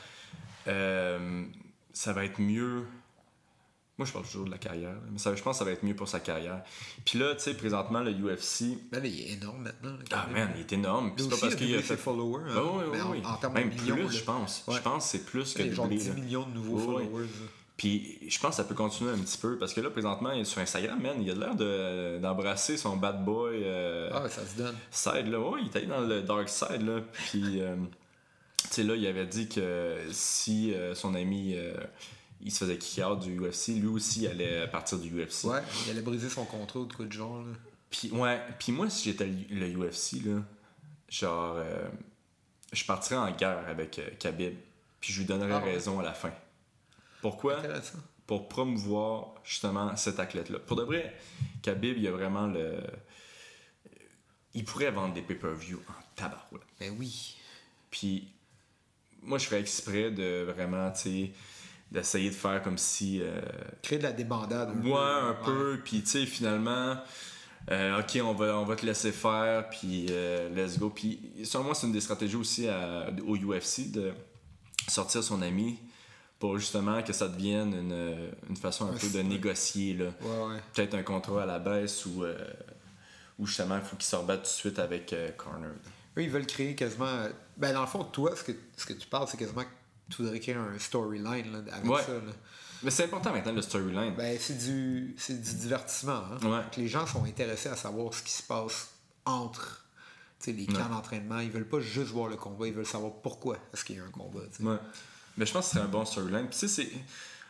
ça va être mieux. Moi, je parle toujours de la carrière, mais je pense que ça va être mieux pour sa carrière. Puis là, tu sais, présentement, le UFC... Ben là, il est énorme maintenant. Man, il est énorme. Puis c'est pas parce qu'il a fait... followers. Oui. En termes même de millions, plus, je pense. Ouais. Je pense que c'est plus que genre 10 millions de nouveaux followers. Puis je pense que ça peut continuer un petit peu, parce que là, présentement, sur Instagram, man, il a l'air d'embrasser son bad boy... ça se donne. Side, là. Ouais, il est allé dans le dark side, là. Puis, tu sais, là, il avait dit que si son ami... il se faisait kick out du UFC, lui aussi il allait partir du UFC. Ouais, il allait briser son contrat ou de quoi de genre. Là. Puis moi, si j'étais le UFC, là, genre, je partirais en guerre avec Khabib, puis je lui donnerais raison à la fin. Pourquoi? Pour promouvoir justement cet athlète-là. Pour de vrai, Khabib, il a vraiment le... Il pourrait vendre des pay-per-view en tabarouette. Ben oui. Puis moi, je ferais exprès de vraiment, tu sais... d'essayer de faire comme si... créer de la débandade. Un peu. Puis, tu sais, finalement, OK, on va te laisser faire, puis let's go. Puis, selon moi, c'est une des stratégies aussi au UFC de sortir son ami pour justement que ça devienne une façon un peu de négocier. Là. Ouais. Peut-être un contrat à la baisse ou justement, il faut qu'il se rebatte tout de suite avec Conor. Eux, ils veulent créer quasiment... Ben, dans le fond, toi, ce que tu parles, c'est quasiment... Tu voudrais créer un storyline là, avec ça. Là. Mais c'est important maintenant, le storyline. Ben, c'est du divertissement. Hein? Ouais. Les gens sont intéressés à savoir ce qui se passe entre les camps d'entraînement. Ils veulent pas juste voir le combat, ils veulent savoir pourquoi est-ce qu'il y a un combat. T'sais. Ouais. Mais je pense que c'est un bon storyline. Puis, tu sais,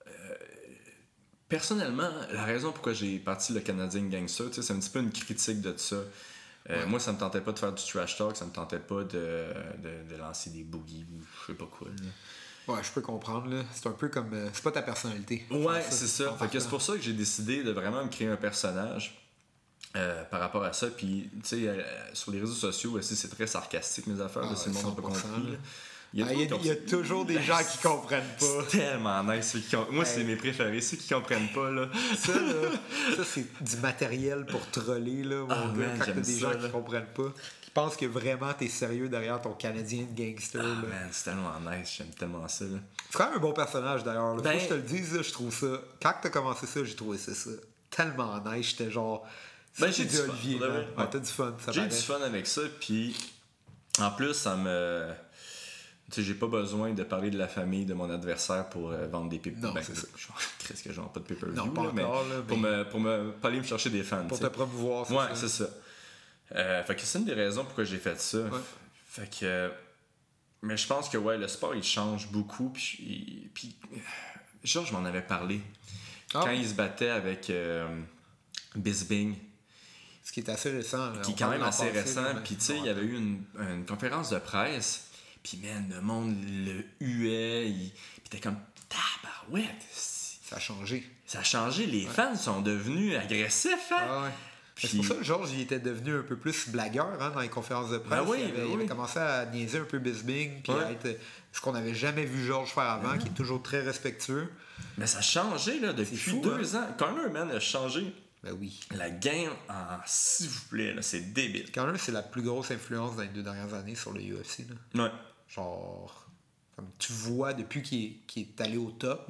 personnellement, la raison pourquoi j'ai parti le Canadien Gangster, c'est un petit peu une critique de ça. Moi, ça me tentait pas de faire du trash talk, ça me tentait pas de lancer des boogies ou je sais pas quoi. Là. Ouais, je peux comprendre. Là. C'est un peu comme. C'est pas ta personnalité. Ouais, c'est ça. Fait que c'est pour ça que j'ai décidé de vraiment me créer un personnage par rapport à ça. Puis, tu sais, sur les réseaux sociaux aussi, c'est très sarcastique, mes affaires. Là, c'est le monde n'a pas compris. Là. Il y a toujours des gens qui comprennent pas. C'est tellement nice. Moi, c'est mes préférés. Ceux qui comprennent pas, là. Ça, c'est du matériel pour troller, là, mon gars. Quand t'as des gens qui comprennent pas, qui pensent que vraiment t'es sérieux derrière ton Canadien de gangster. Là. Man, c'est tellement nice. J'aime tellement ça, là. C'est quand même un bon personnage, d'ailleurs. Faut que je te le dise, là, je trouve ça... Quand t'as commencé ça, j'ai trouvé ça tellement nice. J'étais genre... J'ai du Olivier, fun. Ouais, t'as du fun. J'ai du fun avec ça, puis en plus, ça me... Tu sais, j'ai pas besoin de parler de la famille de mon adversaire pour vendre des pay-per-view. Non, c'est ça. Qu'est-ce que genre pas de pay-per-view, non, pas là, encore, mais pour pas aller me chercher des fans. Pour te promouvoir, c'est ça. Ouais, c'est ça. Fait que c'est une des raisons pourquoi j'ai fait ça. Ouais. Fait que... Mais je pense que, ouais, le sport, il change beaucoup. Puis Georges m'en avait parlé. Quand il se battait avec Bisbing. Ce qui est assez récent. Qui est quand même assez récent. Puis, tu sais, il y avait eu une conférence de presse. Puis, man, le monde le huait. Puis, t'es comme, tabarouette. Ça a changé. Ça a changé. Les fans sont devenus agressifs, hein? Ah ouais. Puis... C'est pour ça que Georges, il était devenu un peu plus blagueur dans les conférences de presse. Il avait commencé à niaiser un peu Bisbing. Puis, à être ce qu'on n'avait jamais vu Georges faire avant, qui est toujours très respectueux. Mais ça a changé, là, depuis 2 ans. Connor, man, a changé. Ben oui. La game, s'il vous plaît, là, c'est débile. Connor, c'est la plus grosse influence dans les 2 dernières années sur le UFC. Là. Ouais. Genre, comme tu vois depuis qu'il est allé au top,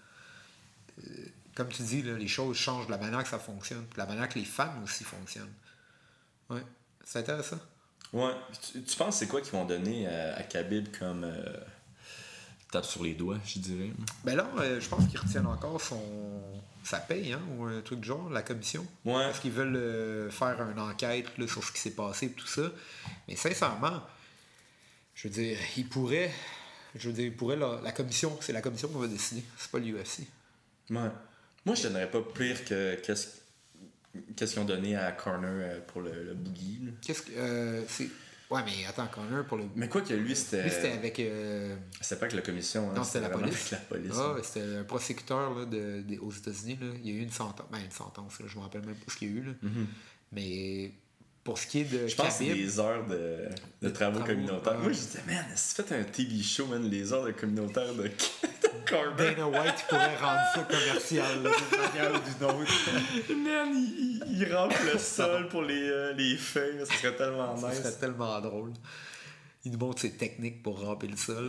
comme tu dis, là, les choses changent de la manière que ça fonctionne, de la manière que les fans aussi fonctionnent. Ouais, c'est intéressant. Ouais. Tu penses c'est quoi qu'ils vont donner à Khabib comme tape sur les doigts, je dirais? Ben là, je pense qu'ils retiennent encore sa paye, hein, ou un truc du genre, la commission. Ouais. Parce qu'ils veulent faire une enquête là, sur ce qui s'est passé et tout ça. Mais sincèrement, je veux dire, la commission, c'est la commission qui va décider. C'est pas l'UFC. Ouais. Moi, je donnerais pas pire que qu'est-ce qu'ils ont donné à Conor pour le boogie. Là. Qu'est-ce que c'est... Ouais, mais attends, Conor pour le... Mais quoi que lui, c'était... Lui, c'était avec... C'était pas avec la commission, hein. Non, c'était la police. Avec la police. Ah, hein. C'était un prosécuteur là, aux États-Unis. Là. Il y a eu une sentence. Ben, une sentence, là. Je me rappelle même pas ce qu'il y a eu. Là. Mm-hmm. Mais pour ce qui est de... Je pense que c'est des heures de travaux communautaires. Moi, je disais, man, si tu fais un TV show, man, les heures de communautaire de Conor. Dana White pourrait rendre ça commercial d'une manière ou d'une autre. Man, il rampe le sol pour les feuilles. Ça serait tellement nice. Ça serait tellement drôle. Il nous montre ses techniques pour ramper le sol.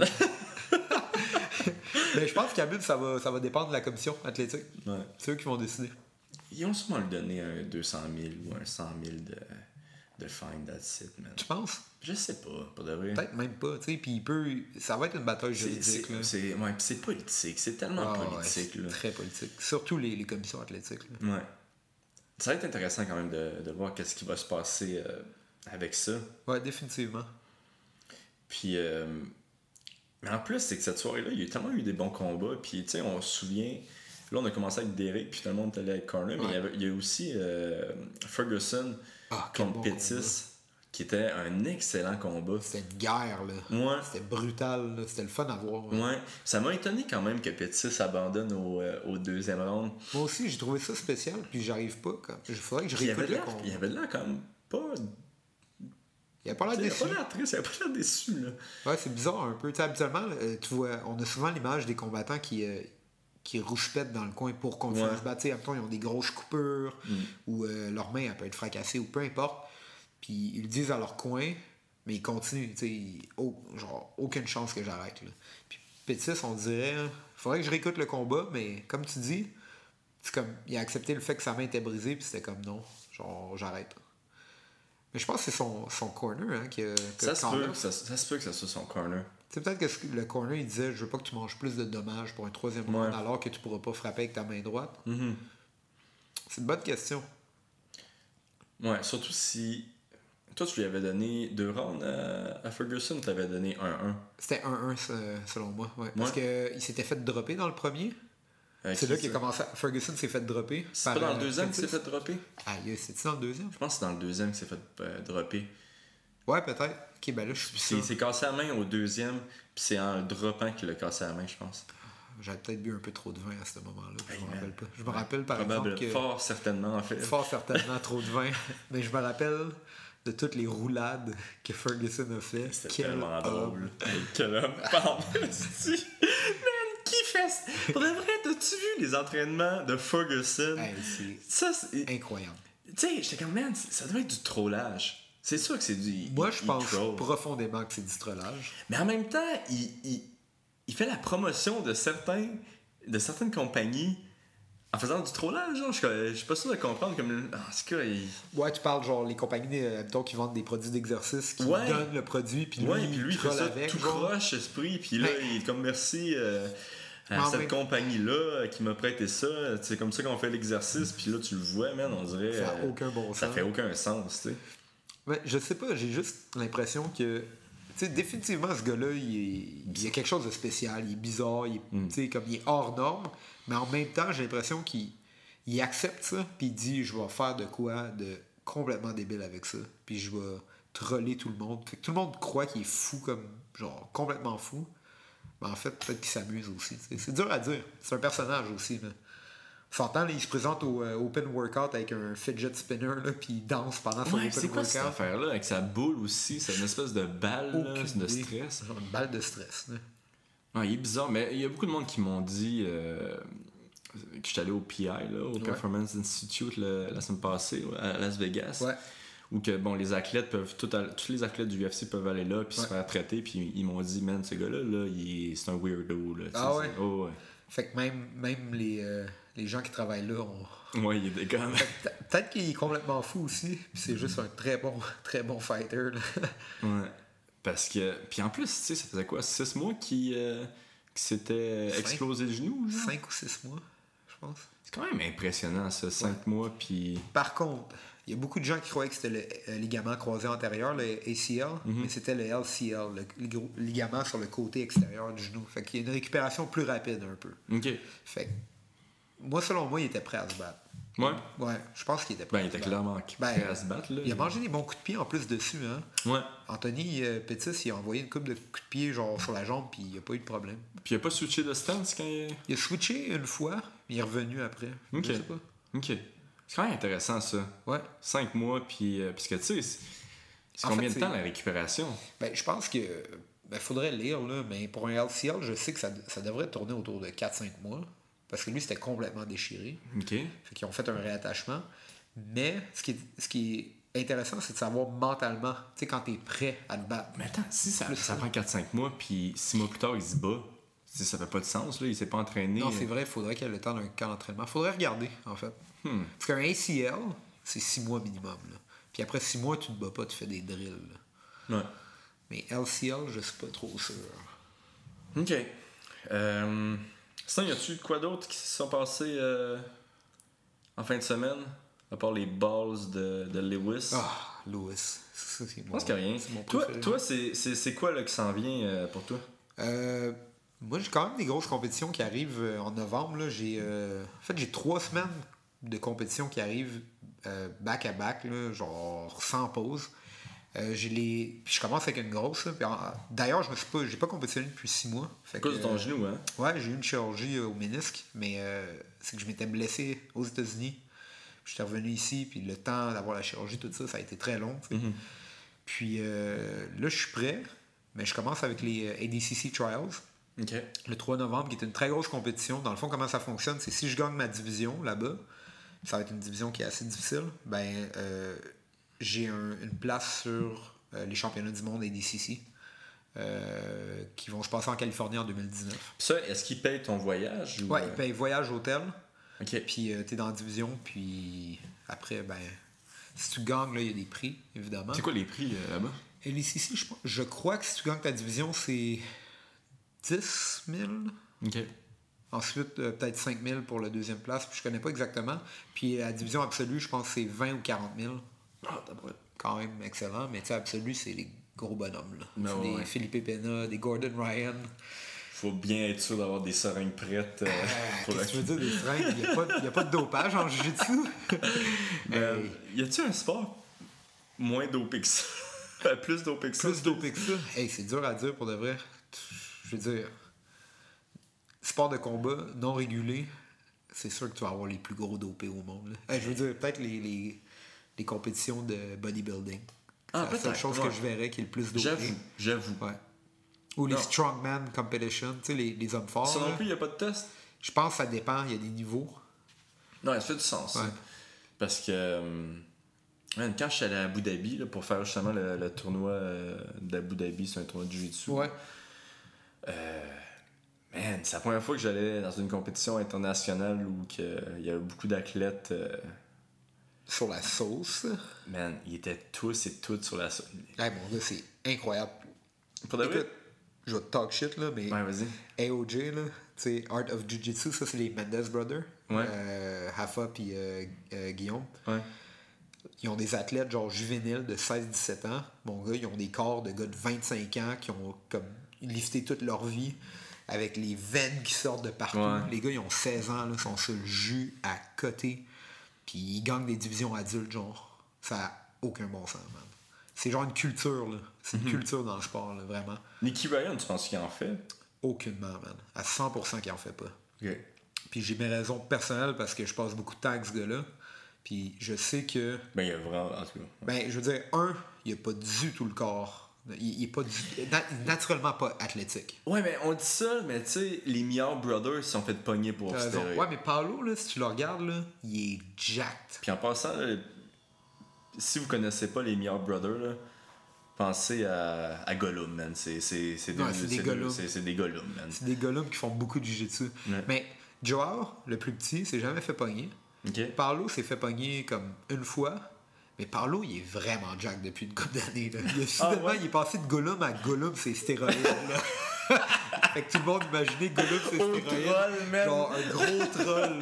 Mais je pense qu'à but, ça va dépendre de la commission athlétique. Ouais. C'est eux qui vont décider. Ils ont sûrement lui donné un 200 000 ou un 100 000 de fine, that's it, man. Tu penses? Je sais pas de vrai. Peut-être même pas, tu sais, puis ça va être une bataille juridique. C'est politique, c'est tellement politique. C'est très politique. Surtout les commissions athlétiques. Là. Ouais. Ça va être intéressant quand même de voir qu'est-ce qui va se passer avec ça. Ouais, définitivement. Puis, mais en plus, c'est que cette soirée-là, il y a tellement eu des bons combats, puis tu sais, on se souvient... Là, on a commencé avec Derek, puis tout le monde est allé avec Conor, mais il y a aussi Ferguson contre Pettis, qui était un excellent combat. C'était une guerre, là. Ouais. C'était brutal, là. C'était le fun à voir. Ouais. Ça m'a étonné quand même que Pettis abandonne au deuxième round. Moi aussi, j'ai trouvé ça spécial, puis j'arrive pas. Il faudrait que je réécoute le combat. Il avait l'air quand même pas... Il avait pas l'air déçu. Il avait pas l'air triste, il avait pas l'air déçu, là. Ouais, c'est bizarre un peu. Tu sais, habituellement, tu vois, on a souvent l'image des combattants qui rouspètent dans le coin pour continuer à se battre. Après, ils ont des grosses coupures ou leur main elle peut être fracassée ou peu importe. Puis ils le disent à leur coin, mais ils continuent. Genre, aucune chance que j'arrête. Là. Puis Pettis, on dirait, il faudrait que je réécoute le combat, mais comme tu dis, c'est comme il a accepté le fait que sa main était brisée, puis c'était comme non, genre j'arrête. Mais je pense que c'est son corner hein, ça se peut que ça soit son corner. C'est peut-être que le corner il disait je veux pas que tu manges plus de dommages pour un troisième round alors que tu pourras pas frapper avec ta main droite. Mm-hmm. C'est une bonne question. Ouais, surtout si toi tu lui avais donné 2 rounds à Ferguson, tu avais donné 1-1. C'était 1-1 selon moi, ouais. Parce qu'il s'était fait dropper dans le premier. C'est là qu'il a commencé. Ferguson s'est fait dropper. C'est pas dans le deuxième qu'il s'est fait dropper? Ah, c'est-tu dans le deuxième? Je pense que c'est dans le deuxième qu'il s'est fait dropper. Ouais, peut-être. Ok, ben là, je suis sûr. Il s'est cassé la main au deuxième, puis c'est en le droppant qu'il a cassé la main, je pense. J'avais peut-être bu un peu trop de vin à ce moment-là. Je me rappelle pas. Je me rappelle par exemple que. Fort certainement, en fait. Fort certainement trop de vin. Mais je me rappelle de toutes les roulades que Ferguson a fait. C'était tellement drôle. Quel homme. Pardon. Man, qui fait ça? Pour de vrai, t'as-tu vu les entraînements de Ferguson? Hey, c'est incroyable. Tu sais, j'étais comme, man, ça doit être du trollage. C'est sûr que c'est du. Moi, je pense profondément que c'est du trollage. Mais en même temps, il fait la promotion de certaines compagnies en faisant du trollage. Genre, je suis pas sûr de comprendre. Comme, en tout cas, ouais, tu parles genre les compagnies qui vendent des produits d'exercice qui donnent le produit, puis lui, il fait ça avec, tout croche, esprit, puis là, il est comme merci à cette compagnie-là qui m'a prêté ça. C'est comme ça qu'on fait l'exercice, puis là, tu le vois, man, on dirait. Ça n'a aucun bon sens. Ça fait aucun sens, tu sais. Ouais, je sais pas, j'ai juste l'impression que. Tu sais, définitivement, ce gars-là, il y a quelque chose de spécial, il est bizarre, comme il est hors norme, mais en même temps, j'ai l'impression qu'il accepte ça, puis il dit je vais faire de quoi de complètement débile avec ça, puis je vais troller tout le monde. Fait que tout le monde croit qu'il est fou, comme genre complètement fou, mais en fait, peut-être qu'il s'amuse aussi. C'est dur à dire, c'est un personnage aussi. Là. S'entend, il se présente au Open Workout avec un fidget spinner, puis il danse pendant son Open Workout. C'est quoi cette affaire-là, avec sa boule aussi? C'est une espèce de balle là, de stress. Genre une balle de stress. Là. Ah, il est bizarre, mais il y a beaucoup de monde qui m'ont dit que j'étais allé au PI, là, au Performance Institute, la semaine passée, à Las Vegas. Ouais. Où que, bon, les athlètes peuvent, tous les athlètes du UFC peuvent aller là, puis se faire traiter, puis ils m'ont dit, man, ce gars-là, c'est un weirdo. Là, ouais? Oh, ouais. Fait que même les gens qui travaillent là ont... Ouais, il est déconne. Peut-être qu'il est complètement fou aussi, puis c'est juste un très bon fighter. Là. Ouais. Parce que... Puis en plus, tu sais, ça faisait quoi? 6 mois qu'il s'était explosé le genou? 5 ou 6 mois, je pense. C'est quand même impressionnant, ça, 5 mois, puis... Par contre, il y a beaucoup de gens qui croyaient que c'était le ligament croisé antérieur, le ACL, mais c'était le LCL, le ligament sur le côté extérieur du genou. Fait qu'il y a une récupération plus rapide un peu. OK. Fait que, moi, selon moi, il était prêt à se battre. Ouais? Ouais, je pense qu'il était prêt à se battre. Il était clairement prêt à se battre. Là, il a mangé des bons coups de pied en plus dessus. Hein? Ouais. Anthony Pettis, il a envoyé une couple de coups de pied genre sur la jambe, puis il n'y a pas eu de problème. Puis il a pas switché de stance quand il a switché une fois, mais il est revenu après. OK. Je sais pas. OK. C'est quand même intéressant, ça. Ouais. 5 mois, puis... parce que, tu sais, c'est combien de temps, la récupération? Ben, je pense que... Ben, faudrait lire, là, mais pour un LCL, je sais que ça devrait tourner autour de 4-5 mois. Parce que lui, c'était complètement déchiré. OK. Fait qu'ils ont fait un réattachement. Mais ce qui est intéressant, c'est de savoir mentalement, tu sais, quand t'es prêt à te battre. Mais attends, si ça prend 4-5 mois, puis 6 mois plus tard, il se bat, ça fait pas de sens, là, il s'est pas entraîné. Non, c'est vrai, il faudrait qu'il ait le temps d'un camp d'entraînement. Il faudrait regarder, en fait. Parce qu'un ACL, c'est 6 mois minimum. Là. Puis après 6 mois, tu te bats pas, tu fais des drills. Là. Ouais. Mais LCL, je suis pas trop sûr. OK. Sinon, y a-tu quoi d'autre qui se sont passés en fin de semaine? À part les balls de Lewis. Ah, Lewis. Ça, c'est je pense qu'il n'y a rien. Toi, c'est quoi là, qui s'en vient pour toi? Moi, j'ai quand même des grosses compétitions qui arrivent en novembre. Là. J'ai 3 semaines de compétitions qui arrivent back-à-back, là, genre sans pause. Puis je commence avec une grosse. D'ailleurs, j'ai pas compétitionné depuis 6 mois. À cause de ton genou, hein? Ouais, j'ai eu une chirurgie au ménisque, mais c'est que je m'étais blessé aux États-Unis. J'étais revenu ici, puis le temps d'avoir la chirurgie, tout ça, ça a été très long. Mm-hmm. Puis là, je suis prêt, mais je commence avec les ADCC Trials. Okay. Le 3 novembre, qui est une très grosse compétition. Dans le fond, comment ça fonctionne, c'est si je gagne ma division là-bas, ça va être une division qui est assez difficile, j'ai une place sur les championnats du monde ADCC qui vont se passer en Californie en 2019. Puis ça, est-ce qu'ils payent ton voyage? Ouais, ils payent voyage, hôtel. OK. Puis t'es dans la division, puis après, si tu gagnes, il y a des prix, évidemment. C'est quoi les prix là-bas? ADCC, je crois que si tu gagnes ta division, c'est 10 000. OK. Ensuite, peut-être 5 000 pour la deuxième place, puis je connais pas exactement. Puis la division absolue, je pense que c'est 20 ou 40 000. Ah, t'as quand même excellent, mais tu sais, absolu, c'est les gros bonhommes. Là. No, c'est des Felipe Pena, des Gordon Ryan. faut bien être sûr d'avoir des seringues prêtes pour Qu'est-ce que tu veux dire, des seringues? Il n'y a pas de dopage en jiu-jitsu. Y a-tu un sport moins dopé que ça? Plus dopé que ça? Plus dopé que ça? Hey, c'est dur à dire pour de vrai. Je veux dire, sport de combat non régulé, c'est sûr que tu vas avoir les plus gros dopés au monde. Là. Hey, je veux dire, peut-être les compétitions de bodybuilding. C'est la seule chose que je verrais qui est le plus dopé. J'avoue. Ouais. Ou les strongman competition, tu sais, les hommes forts. Ça non plus, il n'y a pas de test? Je pense que ça dépend, il y a des niveaux. Non, ça fait du sens. Ouais. Parce que quand je suis allé à Abu Dhabi là, pour faire justement le tournoi d'Abu Dhabi, c'est un tournoi de jiu-jitsu. Ouais. C'est la première fois que j'allais dans une compétition internationale où il y avait beaucoup d'athlètes. Sur la sauce. Man, ils étaient tous et toutes sur la sauce. Hey, mon gars, c'est incroyable. Pour de vrai? Écoute, je vais te talk shit, là, mais Ouais, vas-y. AOJ, là, tu sais, Art of Jiu-Jitsu, ça, c'est les Mendes Brothers. Ouais. Hafa puis Guillaume. Ouais. Ils ont des athlètes, genre, juvéniles de 16-17 ans. Mon gars, ils ont des corps de gars de 25 ans qui ont, comme, lifté toute leur vie avec les veines qui sortent de partout. Ouais. Les gars, ils ont 16 ans, là, sont sur le jus à côté. Puis ils gagnent des divisions adultes, genre. Ça a aucun bon sens, man. C'est genre une culture, là. C'est une culture dans le sport, là, vraiment. Nicky Ryan, tu penses qu'il en fait? Aucunement, man. À 100% qu'il en fait pas. Ok. Puis j'ai mes raisons personnelles parce que je passe beaucoup de temps avec ce gars-là. Puis je sais que... Ben, il y a vraiment... En tout cas. Ben, je veux dire, il a pas du tout le corps. Il est pas naturellement pas athlétique. Ouais, mais on dit ça, mais tu sais, les Meow Brothers se sont fait pogner pour stéroïdes. Ouais, mais Paolo, là, si tu le regardes, là, il est jacked. Puis en passant, là, si vous connaissez pas les Meow Brothers, là, pensez à Gollum, man. C'est des Gollum, man. C'est des Gollum qui font beaucoup de jiu-jitsu. Ouais. Mais Joao, le plus petit, s'est jamais fait pogner. Okay. Paolo s'est fait pogner comme une fois. Mais Paolo, il est vraiment jack depuis une couple d'années. Soudainement, il est passé de Gollum à Gollum, c'est stéroïdes. Là. Fait que tout le monde imaginait Gollum, c'est stéroïdes. Genre un gros troll.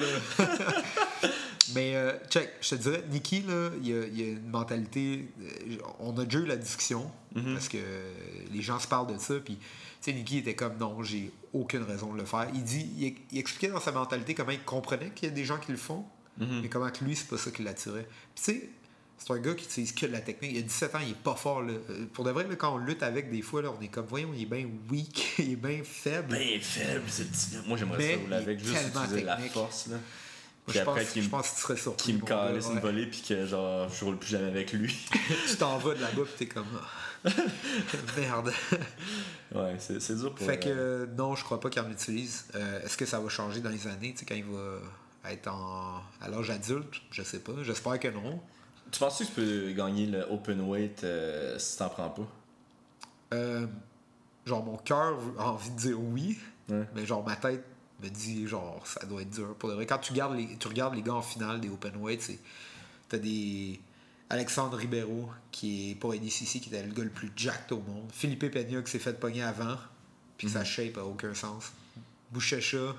Mais check, je te dirais, Nicky, là, il y a une mentalité. On a déjà eu la discussion parce que les gens se parlent de ça. Puis, tu sais, Nicky était comme non, j'ai aucune raison de le faire. Il expliquait dans sa mentalité comment il comprenait qu'il y a des gens qui le font, mais comment que lui, c'est pas ça qui l'attirait. Puis, tu sais, c'est un gars qui utilise que de la technique. Il a 17 ans, il est pas fort. Là. Pour de vrai, là, quand on lutte avec, des fois, là, on est comme, voyons, il est bien weak, il est bien faible. Bien faible, c'est le... Moi, j'aimerais ça rouler avec, juste utiliser la force. Là. Puis après, je pense que tu serais surpris. Qu'il me calisse une volée, puis que genre, je roule plus jamais avec lui. Tu t'en vas de là-bas, puis t'es comme, merde. Ouais, c'est dur pour... Fait que non, je crois pas qu'il en utilise. Est-ce que ça va changer dans les années, tu sais, quand il va être à l'âge adulte? Je sais pas. J'espère que non. Tu penses que tu peux gagner le open weight si t'en prends pas? Genre, mon cœur a envie de dire oui, ouais. Mais genre, ma tête me dit, genre, ça doit être dur. Pour de vrai, quand tu regardes les gars en finale des open weight, t'as des... Alexandre Ribeiro, qui est pour ADCC, qui était le gars le plus jacked au monde. Philippe Peña, qui s'est fait pogner avant, puis sa shape a aucun sens. Bouchecha,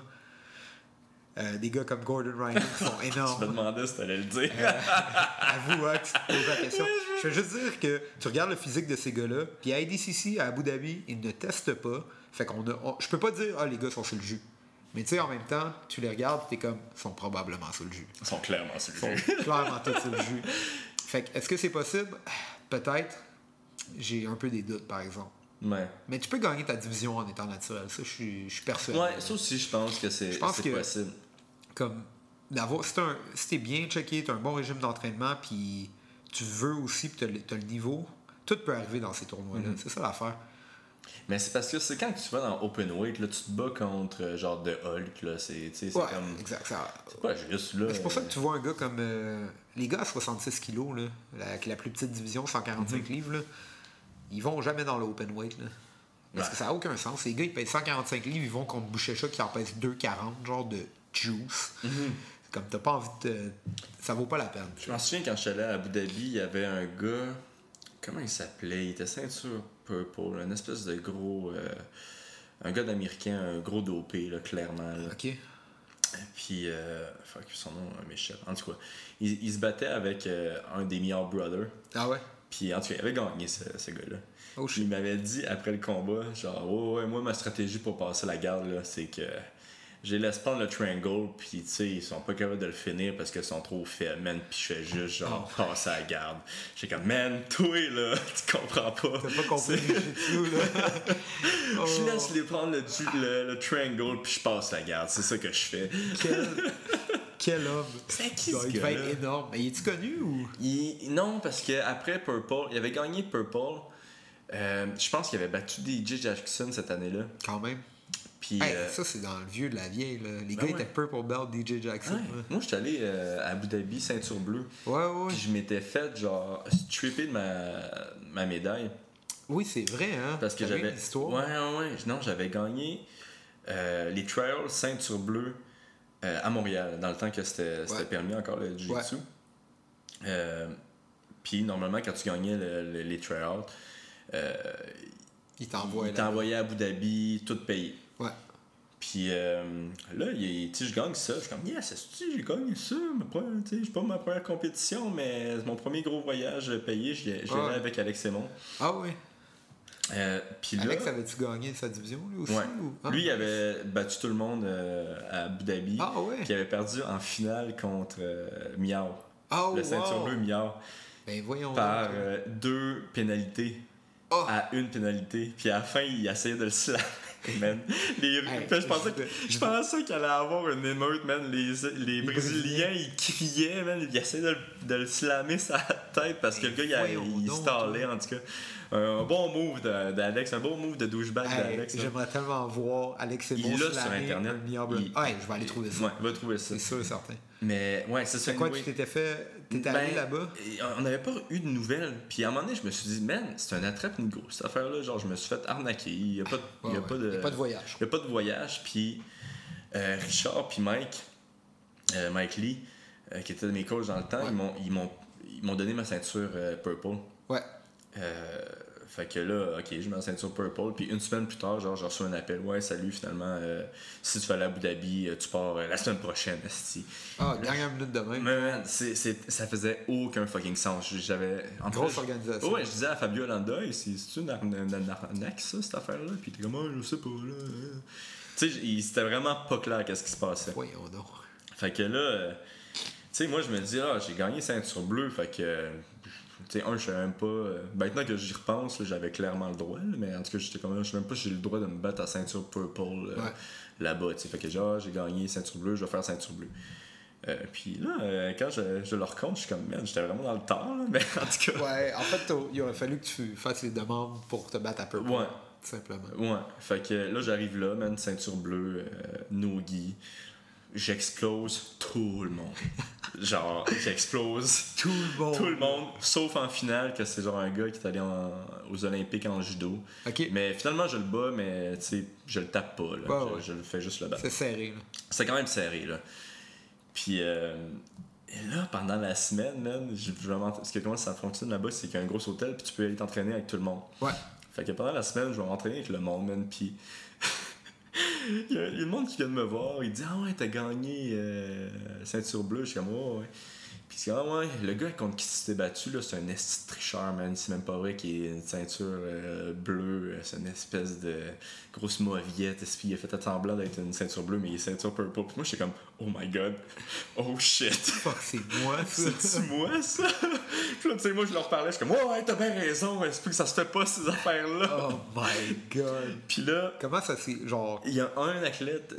des gars comme Gordon Ryan qui sont énormes. Je me demandais si t'allais le dire. Avoue, hein, que tu te poses la question. Je veux juste dire que tu regardes le physique de ces gars-là, puis à ADCC, à Abu Dhabi, ils ne testent pas. Fait je peux pas dire, les gars sont sur le jus. Mais tu sais, en même temps, tu les regardes, t'es comme, ils sont probablement sur le jus. Ils sont clairement sur le jus. Ils sont clairement tous sur le jus. Fait que, est-ce que c'est possible? Peut-être. J'ai un peu des doutes, par exemple. Ouais. Mais tu peux gagner ta division en étant naturel. Ça, je suis persuadé. Ouais, ça aussi, je pense que c'est possible. Comme, si t'es bien checké, t'as un bon régime d'entraînement, puis tu veux aussi, puis t'as le niveau, tout peut arriver dans ces tournois-là. C'est ça l'affaire. Mais c'est parce que c'est quand tu vas dans Open Weight, là, tu te bats contre genre de Hulk, là, c'est comme... Exact. C'est pas juste, là... C'est pour ça que tu vois un gars comme... les gars à 66 kilos, là, avec la plus petite division, 145 livres, là, ils vont jamais dans l'Open Weight, là. Parce que ça n'a aucun sens. Les gars, ils pèsent 145 livres, ils vont contre Bouchecha qui en pèse 240, genre de juice. Comme t'as pas envie de... Ça vaut pas la peine. Je m'en souviens, quand je suis allé à Abu Dhabi, il y avait un gars... Comment il s'appelait? Il était ceinture purple, une espèce de gros... un gars d'américain, un gros dopé, là, clairement. Là. OK. Puis, son nom m'échappe. En tout cas, il se battait avec un des Meow Brothers. Ah ouais? Puis en tout cas, il avait gagné ce gars-là. Oh Puis il shit. m'avait dit après le combat, genre, ouais, moi, ma stratégie pour passer la garde, là, c'est que je les laisse prendre le triangle, puis tu sais, ils sont pas capables de le finir parce qu'ils sont trop faibles, man. Puis je fais juste, genre, passer la garde. J'étais comme, man, toi, là, tu comprends pas. T'as pas compris le jiu-jitsu, là. Je laisse les prendre le triangle, puis je passe la garde. C'est ça que je fais. Quel homme. C'est qui Il ce devait gars-là? être énorme. Mais il est-tu connu ou? Non, parce qu'après Purple, il avait gagné Purple. Je pense qu'il avait battu DJ Jackson cette année-là. Quand même. Puis, Hey, ça, c'est dans le vieux de la vieille. Là. Les ben gars ouais. étaient Purple Belt, DJ Jackson. ouais. là. Moi, j'étais allé à Abu Dhabi, ceinture bleue. Ouais, ouais. Puis je m'étais fait, genre, stripper de ma médaille. Oui, c'est vrai, hein. Parce que T'avais j'avais. une histoire. Ouais. Non, j'avais gagné les trials ceinture bleue à Montréal, dans le temps que c'était Ouais. permis encore le jiu-jitsu. Puis normalement, quand tu gagnais les trials, Il t'envoie il là. t'envoyait à Abu Dhabi, tout payé. Ouais. Puis là, je gagne ça. Je suis comme, yes, j'ai gagné ça. C'est pas ma première compétition, mais c'est mon premier gros voyage payé. Je l'ai Ouais. avec Alex Simon. Ah oui. Puis là, Alex, avais-tu gagné sa division, lui aussi? ouais. Ou... Ah. Lui, il avait battu tout le monde à Abu Dhabi. Ah ouais. Puis il avait perdu en finale contre Miao. Oh, Le ceinture wow. bleue Miao. Ben voyons Par donc. 2 pénalités. Oh. À 1 pénalité. Puis à la fin, il essayait de le slapper, man. Puis je pensais qu'il allait avoir une émeute, man. Les Brésiliens, ils criaient, man. Ils essayaient de le slammer sa tête parce que le gars, il stallait, en tout cas. Un bon move d'Alex, un bon move de douchebag d'Alex. J'aimerais tellement voir Alex Simon Il l'a sur slammer Internet. un milliard bleu. Ouais, je vais aller trouver ça. Ouais, va trouver ça. C'est sûr et certain. Mais ouais, c'est ça. C'est quoi, anyway. tu t'étais fait... T'étais allé là-bas? On n'avait pas eu de nouvelles. Puis à un moment donné, je me suis dit, man, c'est un attrape-nigo, cette affaire-là. Genre, je me suis fait arnaquer. Il n'y a pas de Il n'y a pas de voyage. Il n'y a pas de voyage. Puis Richard puis Mike Lee, qui étaient mes coachs dans le temps, Ouais. ils m'ont donné ma ceinture purple. Ouais. Fait que là, ok, je mets la ceinture purple. Puis une semaine plus tard, genre, j'ai reçu un appel. Ouais, salut, finalement, si tu vas aller à Abu Dhabi, tu pars la semaine prochaine, esti. Ah, dernière minute de même. Mais man, ça faisait aucun fucking sens. J'avais. En Grosse plus, organisation. Ouais, je disais à Fabio Hollanda, c'est-tu une arnaque, ça, cette affaire-là? Puis il était comme, oh, je sais pas, là. Tu sais, c'était vraiment pas clair qu'est-ce qui se passait. Voyons donc. Fait que là, tu sais, moi, je me dis, j'ai gagné ceinture bleue, fait que. Tu sais, je savais même pas. Maintenant que j'y repense, là, j'avais clairement le droit, là, mais en tout cas, j'étais comme, je sais même pas si j'ai le droit de me battre à ceinture purple là-bas. Tu sais, fait que j'ai gagné ceinture bleue, je vais faire ceinture bleue. Puis là, quand je le recompte, je suis comme, merde, j'étais vraiment dans le temps, là, mais en tout cas. Ouais, en fait, il aurait fallu que tu fasses les demandes pour te battre à peu près. Ouais. Tout simplement. Ouais, fait que là, j'arrive là, man, ceinture bleue, no-gi. J'explose tout le monde. Genre, j'explose Tout le monde. sauf en finale, que c'est genre un gars qui est allé aux Olympiques en judo. Ok. Mais finalement, je le bats, mais tu sais, je le tape pas, là. Ouais. Je le fais juste le battre. C'est serré, là. C'est quand même serré, là. Puis, et là, pendant la semaine, man, parce que comment ça fonctionne là-bas, c'est qu'il y a un gros hôtel, puis tu peux aller t'entraîner avec tout le monde. Ouais. Fait que pendant la semaine, je vais m'entraîner avec le monde, man, puis il y a le monde qui vient de me voir, il dit « Ah ouais, t'as gagné ceinture bleue. » Je suis comme « Ouais, ouais. » Puis c'est « Ah ouais, le gars contre qui tu t'es battu, là, c'est un esti de tricheur, man. C'est même pas vrai qu'il ait une ceinture bleue. C'est une espèce de grosse mauviette. Puis il a fait semblant d'être une ceinture bleue, mais il est ceinture purple. » Puis moi, j'étais comme « Oh my god. Oh shit. » Fuck, c'est moi, ça. C'est-tu moi, ça? Puis là, tu sais, moi, je leur parlais, je suis comme, ouais, t'as bien raison, c'est plus que ça se fait pas, ces affaires-là. Oh my god. Puis là, Comment ça s'est. Genre. il y a un athlète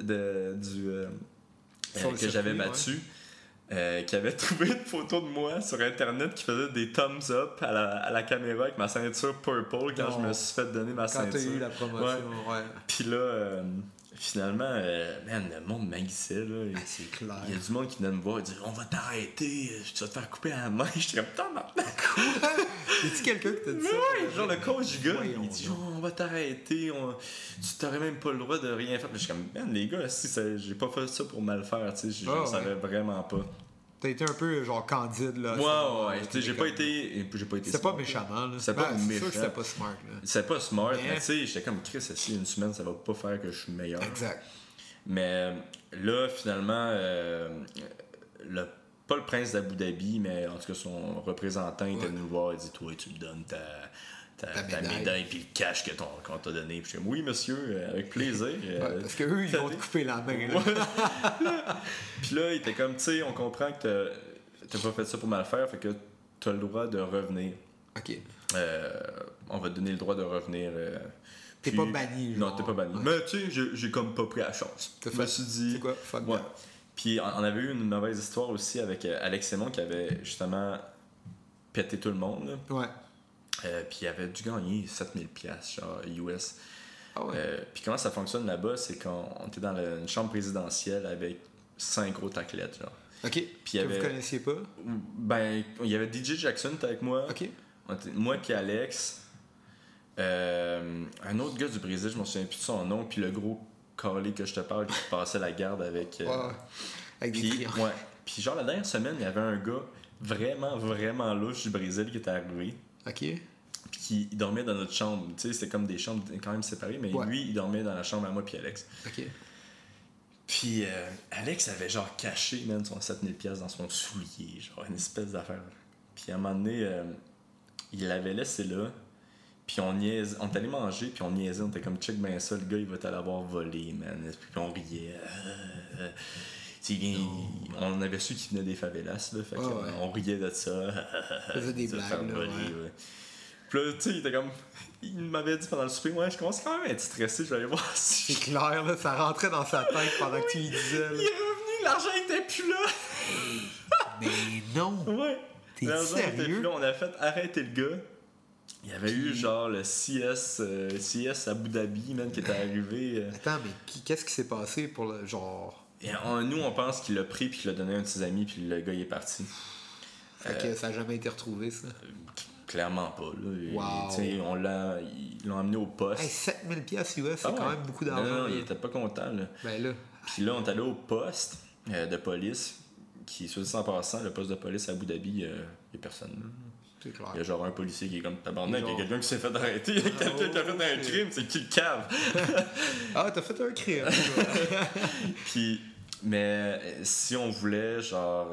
Sur le que j'avais circuit, battu qui avait trouvé une photo de moi sur Internet qui faisait des thumbs up à la caméra avec ma ceinture purple quand je me suis fait donner ma Quand ceinture. t'as eu la promotion, ouais. Puis là, finalement, man, le monde m'haïssait, là. Ah, c'est clair. Il y a du monde qui venait me voir et dit « On va t'arrêter, tu vas te faire couper la main. » J'étais comme « Tabarnak! » Y'a-tu quelqu'un qui t'a dit ça? Ouais, genre le coach du gars, Voyons il dit donc. on va t'arrêter, tu t'aurais même pas le droit de rien faire. Puis je suis comme, man, les gars, si j'ai pas fait ça pour mal faire, tu sais, je Ah, savais vraiment pas. T'as été un peu genre candide là. Ouais, tu sais, j'ai pas été. C'est smart. pas méchamment là. C'est pas C'est sûr méchant. que c'était pas smart là. C'est pas smart, Mais- mais tu sais, j'étais comme Chris, si une semaine, ça va pas faire que je suis meilleur. Exact. Mais là, finalement, pas le prince d'Abu Dhabi, mais en tout cas, son représentant était venu nous voir et dit: toi, tu me donnes ta médaille puis le cash qu'on t'a donné. Puis je dis: oui, monsieur, avec plaisir. Parce qu'eux, ils vont te couper la main. Puis là, il était comme: tu sais, on comprend que t'as pas fait ça pour mal faire, fait que t'as le droit de revenir. Ok. On va te donner le droit de revenir. T'es pas banni, genre. Non, t'es pas banni. Ouais. Mais tu sais, j'ai comme pas pris la chance. Je me suis dit. C'est quoi? Fuck ouais. Puis on avait eu une mauvaise histoire aussi avec Alex Simon qui avait justement pété tout le monde. Là. Ouais. Puis il avait dû gagner 7000$ genre US. Ah ouais. Puis comment ça fonctionne là-bas, c'est qu'on était dans une chambre présidentielle avec 5 autres athlètes. Genre. Ok. Puis vous connaissiez pas? Ben, il y avait DJ Jackson avec moi. Ok. Moi puis Alex. Un autre gars du Brésil, je me souviens plus de son nom, puis le gros Carly que je te parle qui passait la garde avec. Avec des triangles. Ouais. Puis genre la dernière semaine, il y avait un gars vraiment louche du Brésil qui était arrivé. Ok. Puis qui dormait dans notre chambre. Tu sais, c'était comme des chambres quand même séparées, mais lui, il dormait dans la chambre à moi puis Alex. Ok. Puis Alex avait genre caché même son 7000$ dans son soulier, genre une espèce d'affaire. Puis à un moment donné, il l'avait laissé là. Puis on est allé manger, puis on niaisait, on était comme: check ben ça, le gars il va t'aller avoir volé, man. Puis on riait. On avait su qu'il venait des favelas, là, fait on riait de ça. Faisait des blagues, là, voler, ouais. Puis là, tu sais, il était comme... Il m'avait dit pendant le souper: ouais, je commence quand même à être stressé, je vais aller voir si... C'est clair, là, ça rentrait dans sa tête pendant que tu lui disais, là. Il est revenu, l'argent était plus là! Mais non! Ouais! T'es sérieux? Là, on a fait arrêter le gars. Il y avait eu genre le CS Abu Dhabi, man, qui était arrivé. Attends, mais qu'est-ce qui s'est passé pour le genre... Et nous, on pense qu'il l'a pris puis qu'il l'a donné à un de ses amis puis le gars il est parti. Fait que ça n'a jamais été retrouvé, ça? Clairement pas, là. Wow. Ils l'ont amené au poste. Hey, 7000$ US, c'est quand même beaucoup d'argent. Non, il était pas content, là. Ben là. Puis là, on est allé au poste de police, qui, soit dit en passant, le poste de police à Abu Dhabi, il y a personne, là. C'est clair. Il y a genre un policier qui est comme tabarnak, il y a quelqu'un qui s'est fait arrêter, il y a quelqu'un qui a fait un crime, c'est qui le cave? Ah, t'as fait un crime. Puis, mais si on voulait, genre,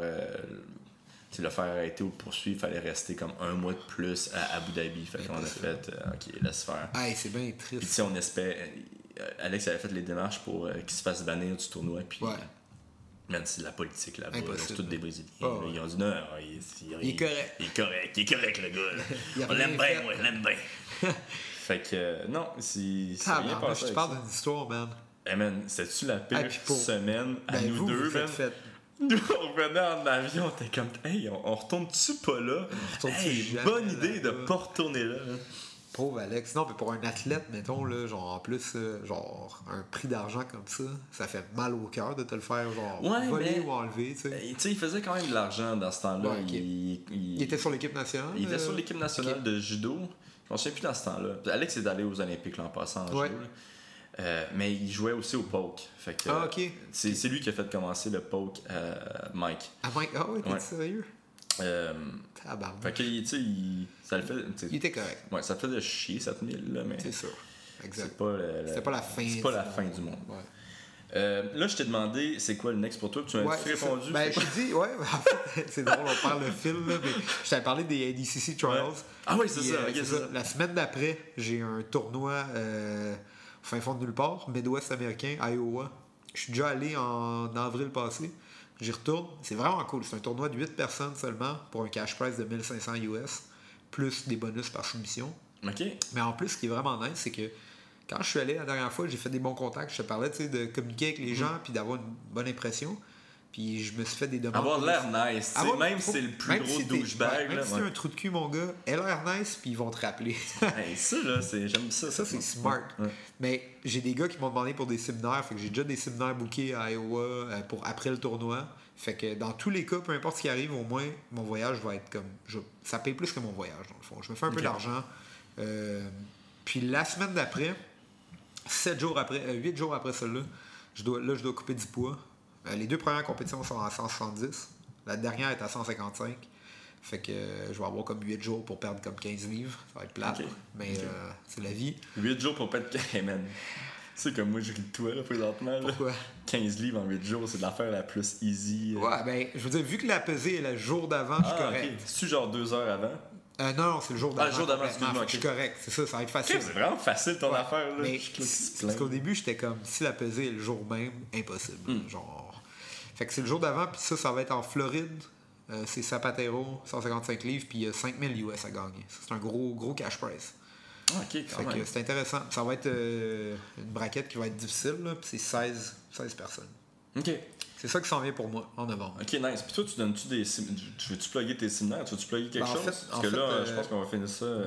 le faire arrêter ou le poursuivre, il fallait rester comme 1 mois de plus à Abu Dhabi. Fait qu'on a fait, ok, laisse faire. Hey, c'est bien triste. Puis, tu sais, on espère. Alex avait fait les démarches pour qu'il se fasse bannir du tournoi. Puis, même c'est de la politique là-bas, c'est tous des Brésiliens. Ils ont dit non, il est correct. Il est correct, le gars. On l'aime bien, moi, je l'aime bien. Fait que, non, c'est rien passé. Je te parle d'une histoire, man. Hey, man, c'était-tu la pire semaine à nous deux, man? Nous, on revenait en avion, on était comme, hey, on retourne-tu pas là? Hey, bonne idée de pas retourner là. Pauvre Alex. Non, mais pour un athlète, mettons, là, genre, en plus, genre, un prix d'argent comme ça fait mal au cœur de te le faire, genre, voler ou enlever, tu sais. Tu sais, il faisait quand même de l'argent dans ce temps-là. Ouais, okay. Il était sur l'équipe nationale? Il était sur l'équipe nationale de judo. Je m'en souviens plus dans ce temps-là. Alex est allé aux Olympiques l'an passant en judo. Mais il jouait aussi au poke. Fait que, c'est lui qui a fait commencer le poke à Mike. À Mike? Ah ouais, t'es sérieux? Fait que, tu sais, ça le fait. Il était correct. Ouais, ça faisait chier, 7000, là, mais. C'est sûr. Exact. C'était pas la fin. C'est pas la fin du monde. Ouais. Là, je t'ai demandé, c'est quoi le next pour toi? Tu m'as répondu. Ben, je t'ai dit, en fait, c'est drôle, on parle le film, là, mais je t'avais parlé des ADCC Trials. Ouais. Ah oui, c'est ça. La semaine d'après, j'ai un tournoi au fin fond de nulle part, Midwest américain, Iowa. Je suis déjà allé en avril passé. J'y retourne. C'est vraiment cool. C'est un tournoi de 8 personnes seulement pour un cash prize de 1500 US, plus des bonus par soumission. OK. Mais en plus, ce qui est vraiment nice, c'est que quand je suis allé la dernière fois, j'ai fait des bons contacts. Je te parlais, tu sais, de communiquer avec les gens puis d'avoir une bonne impression. Puis je me suis fait des demandes. Avoir l'air nice. Même si c'est le plus gros douchebag. Même si c'est un trou de cul, mon gars, elle a l'air nice, puis ils vont te rappeler. Hey, ça, là, j'aime ça. Ça, c'est smart. Ouais. Mais j'ai des gars qui m'ont demandé pour des séminaires. Fait que j'ai déjà des séminaires bookés à Iowa pour après le tournoi. Fait que dans tous les cas, peu importe ce qui arrive, au moins, mon voyage va être comme... Ça paye plus que mon voyage, dans le fond. Je me fais un peu d'argent. Puis la semaine d'après, 8 jours après celle-là, je dois couper du poids. Les 2 premières compétitions sont à 170. La dernière est à 155. Fait que je vais avoir comme 8 jours pour perdre comme 15 livres. Ça va être plate. Mais c'est la vie. 8 jours pour perdre 15, man. sais, comme moi, je ris de toi, là, présentement. Là. Pourquoi? 15 livres en 8 jours, c'est l'affaire la plus easy. Ouais, ben, je veux dire, vu que la pesée est le jour d'avant, je suis correct. Ok. C'est-tu genre 2 heures avant? Non, c'est le jour d'avant. Le jour d'avant, complètement. excuse-moi. Fait que je suis correct, c'est ça va être facile. C'est vraiment facile ton affaire, là. Mais parce qu'au début, j'étais comme, si la pesée est le jour même, impossible. Genre. Fait que c'est le jour d'avant, puis ça va être en Floride. C'est Zapatero, 155 livres, puis il y a 5000 US à gagner. C'est un gros cash prize. Ah, ok, quand Fait même. que c'est intéressant. Ça va être une braquette qui va être difficile, là, puis c'est 16 personnes. Ok. C'est ça qui s'en vient pour moi en novembre. Ok, nice. Puis toi, tu donnes-tu des. Tu veux-tu plugger tes séminaires? Tu veux-tu plugger quelque Ben, chose? Parce que là, je pense qu'on va finir ça.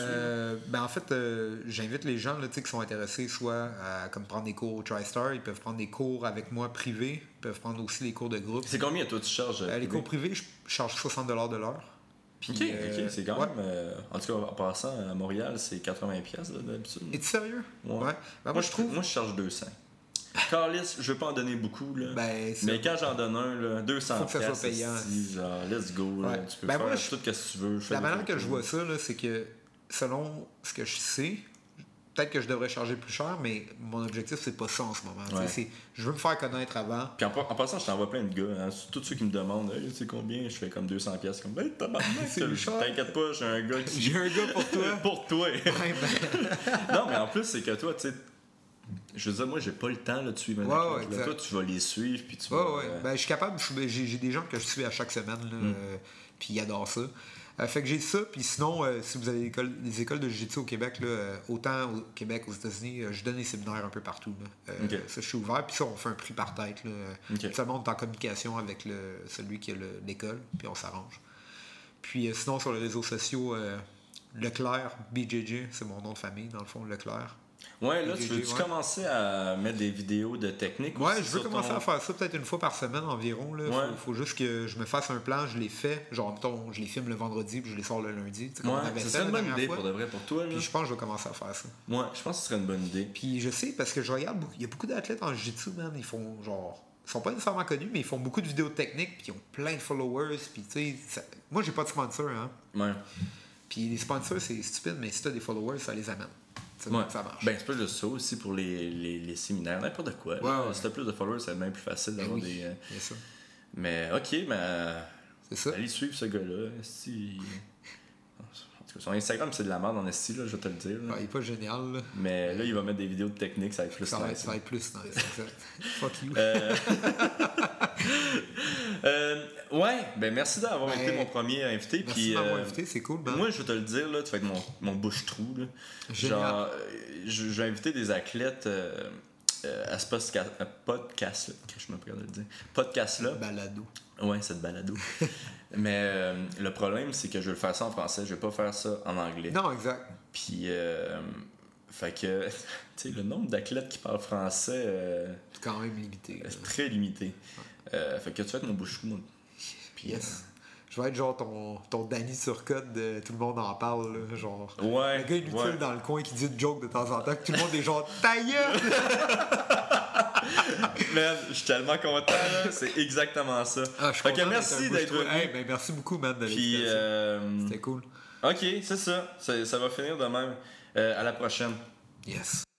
En fait, j'invite les gens là, qui sont intéressés soit à comme prendre des cours au TriStar, ils peuvent prendre des cours avec moi privés, ils peuvent prendre aussi des cours de groupe. C'est combien, toi, tu charges? Les cours privés, je charge 60$ de l'heure. Puis, ok, c'est quand même. En tout cas, en passant à Montréal, c'est 80$ d'habitude. Es-tu sérieux? Ouais. Ben, moi, je trouve. Moi, je charge 200. Carlis, je veux pas en donner beaucoup, là. Mais quand j'en donne un, là, 200$, faut que ça soit payant. Genre, let's go. Là, tu peux faire tout ce que tu veux. La manière que je vois ça, là, c'est que selon ce que je sais, peut-être que je devrais charger plus cher, mais mon objectif, c'est pas ça en ce moment. Ouais. Je veux me faire connaître avant. Puis en passant, je t'envoie plein de gars. Hein. Tous ceux qui me demandent, hey, tu sais combien, je fais comme 200$. Comme, hey, t'inquiète pas, j'ai un gars qui. J'ai un gars pour toi. Pour toi. Ouais, ben... Non, mais en plus, c'est que toi, tu sais. Je veux dire, moi, j'ai pas le temps là, de suivre un athlète. Là, toi, tu vas les suivre. Puis tu vas, Ben, je suis capable. J'ai des gens que je suis à chaque semaine. Puis ils adorent ça. Fait que j'ai ça. Puis sinon, si vous avez des écoles de jiu-jitsu au Québec, là, autant au Québec, aux États-Unis, je donne des séminaires un peu partout. Là. Ça, je suis ouvert. Puis ça, on fait un prix par tête. Seulement, on est en communication avec celui qui a l'école. Puis on s'arrange. Puis sinon, sur les réseaux sociaux, Leclerc, BJJ, c'est mon nom de famille, dans le fond, Leclerc. Ouais, là, tu veux-tu commencer à mettre des vidéos de technique? Ouais, je veux commencer à faire ça peut-être une fois par semaine environ. Là. Ouais. Faut juste que je me fasse un plan, je les fais. Genre, mettons, je les filme le vendredi puis je les sors le lundi. Ouais, ça serait une bonne idée pour de vrai pour toi. Là. Puis je pense que je vais commencer à faire ça. Ouais, je pense que ce serait une bonne idée. Puis je sais, parce que je regarde, il y a beaucoup d'athlètes en jiu-jitsu, man. Ils font genre. Ils sont pas nécessairement connus, mais ils font beaucoup de vidéos techniques, puis ils ont plein de followers. Puis tu sais, moi, j'ai pas de sponsor, hein. Ouais. Puis les sponsors, c'est stupide, mais si t'as des followers, ça les amène. Ça marche. Ben, c'est pas juste ça aussi pour les séminaires, n'importe quoi. Ouais. Si t'as plus de followers, c'est bien plus facile d'avoir des. C'est ça. Mais ok, mais. C'est ça. Allez suivre ce gars-là. Si... En tout cas, son Instagram, c'est de la merde en esti, là, je vais te le dire. Là. Ouais, il est pas génial. Là. Mais là, il va mettre des vidéos de technique, ça va être plus ça nice. Ça va être plus nice, exact. Fuck you. Ouais, ben merci d'avoir été mon premier invité. Merci de m'avoir invité, c'est cool. Moi, je vais te le dire, là, tu vas être mon bouche-trou. Là. Genre, je vais inviter des athlètes à ce podcast-là. Je me regarde le dire. Podcast-là. Balado. Ouais, cette balado. Mais le problème, c'est que je vais le faire ça en français, je vais pas faire ça en anglais. Non, exact. Puis, fait que, tu sais, le nombre d'athlètes qui parlent français. C'est quand même limité. C'est très limité. Fait que tu vas être mon bouche-trou. Puis, yes. Je vais être genre ton Danny Turcotte de tout le monde en parle, là, genre. Ouais. Le gars inutile dans le coin qui dit une joke de temps en temps, que tout le monde est genre ta gueule! Man, je suis tellement content, là. C'est exactement ça. Fait que merci d'être venu. Hey, ben merci beaucoup, man, de Puis, c'était cool. Ok, c'est ça. Ça va finir de même. À la prochaine. Yes.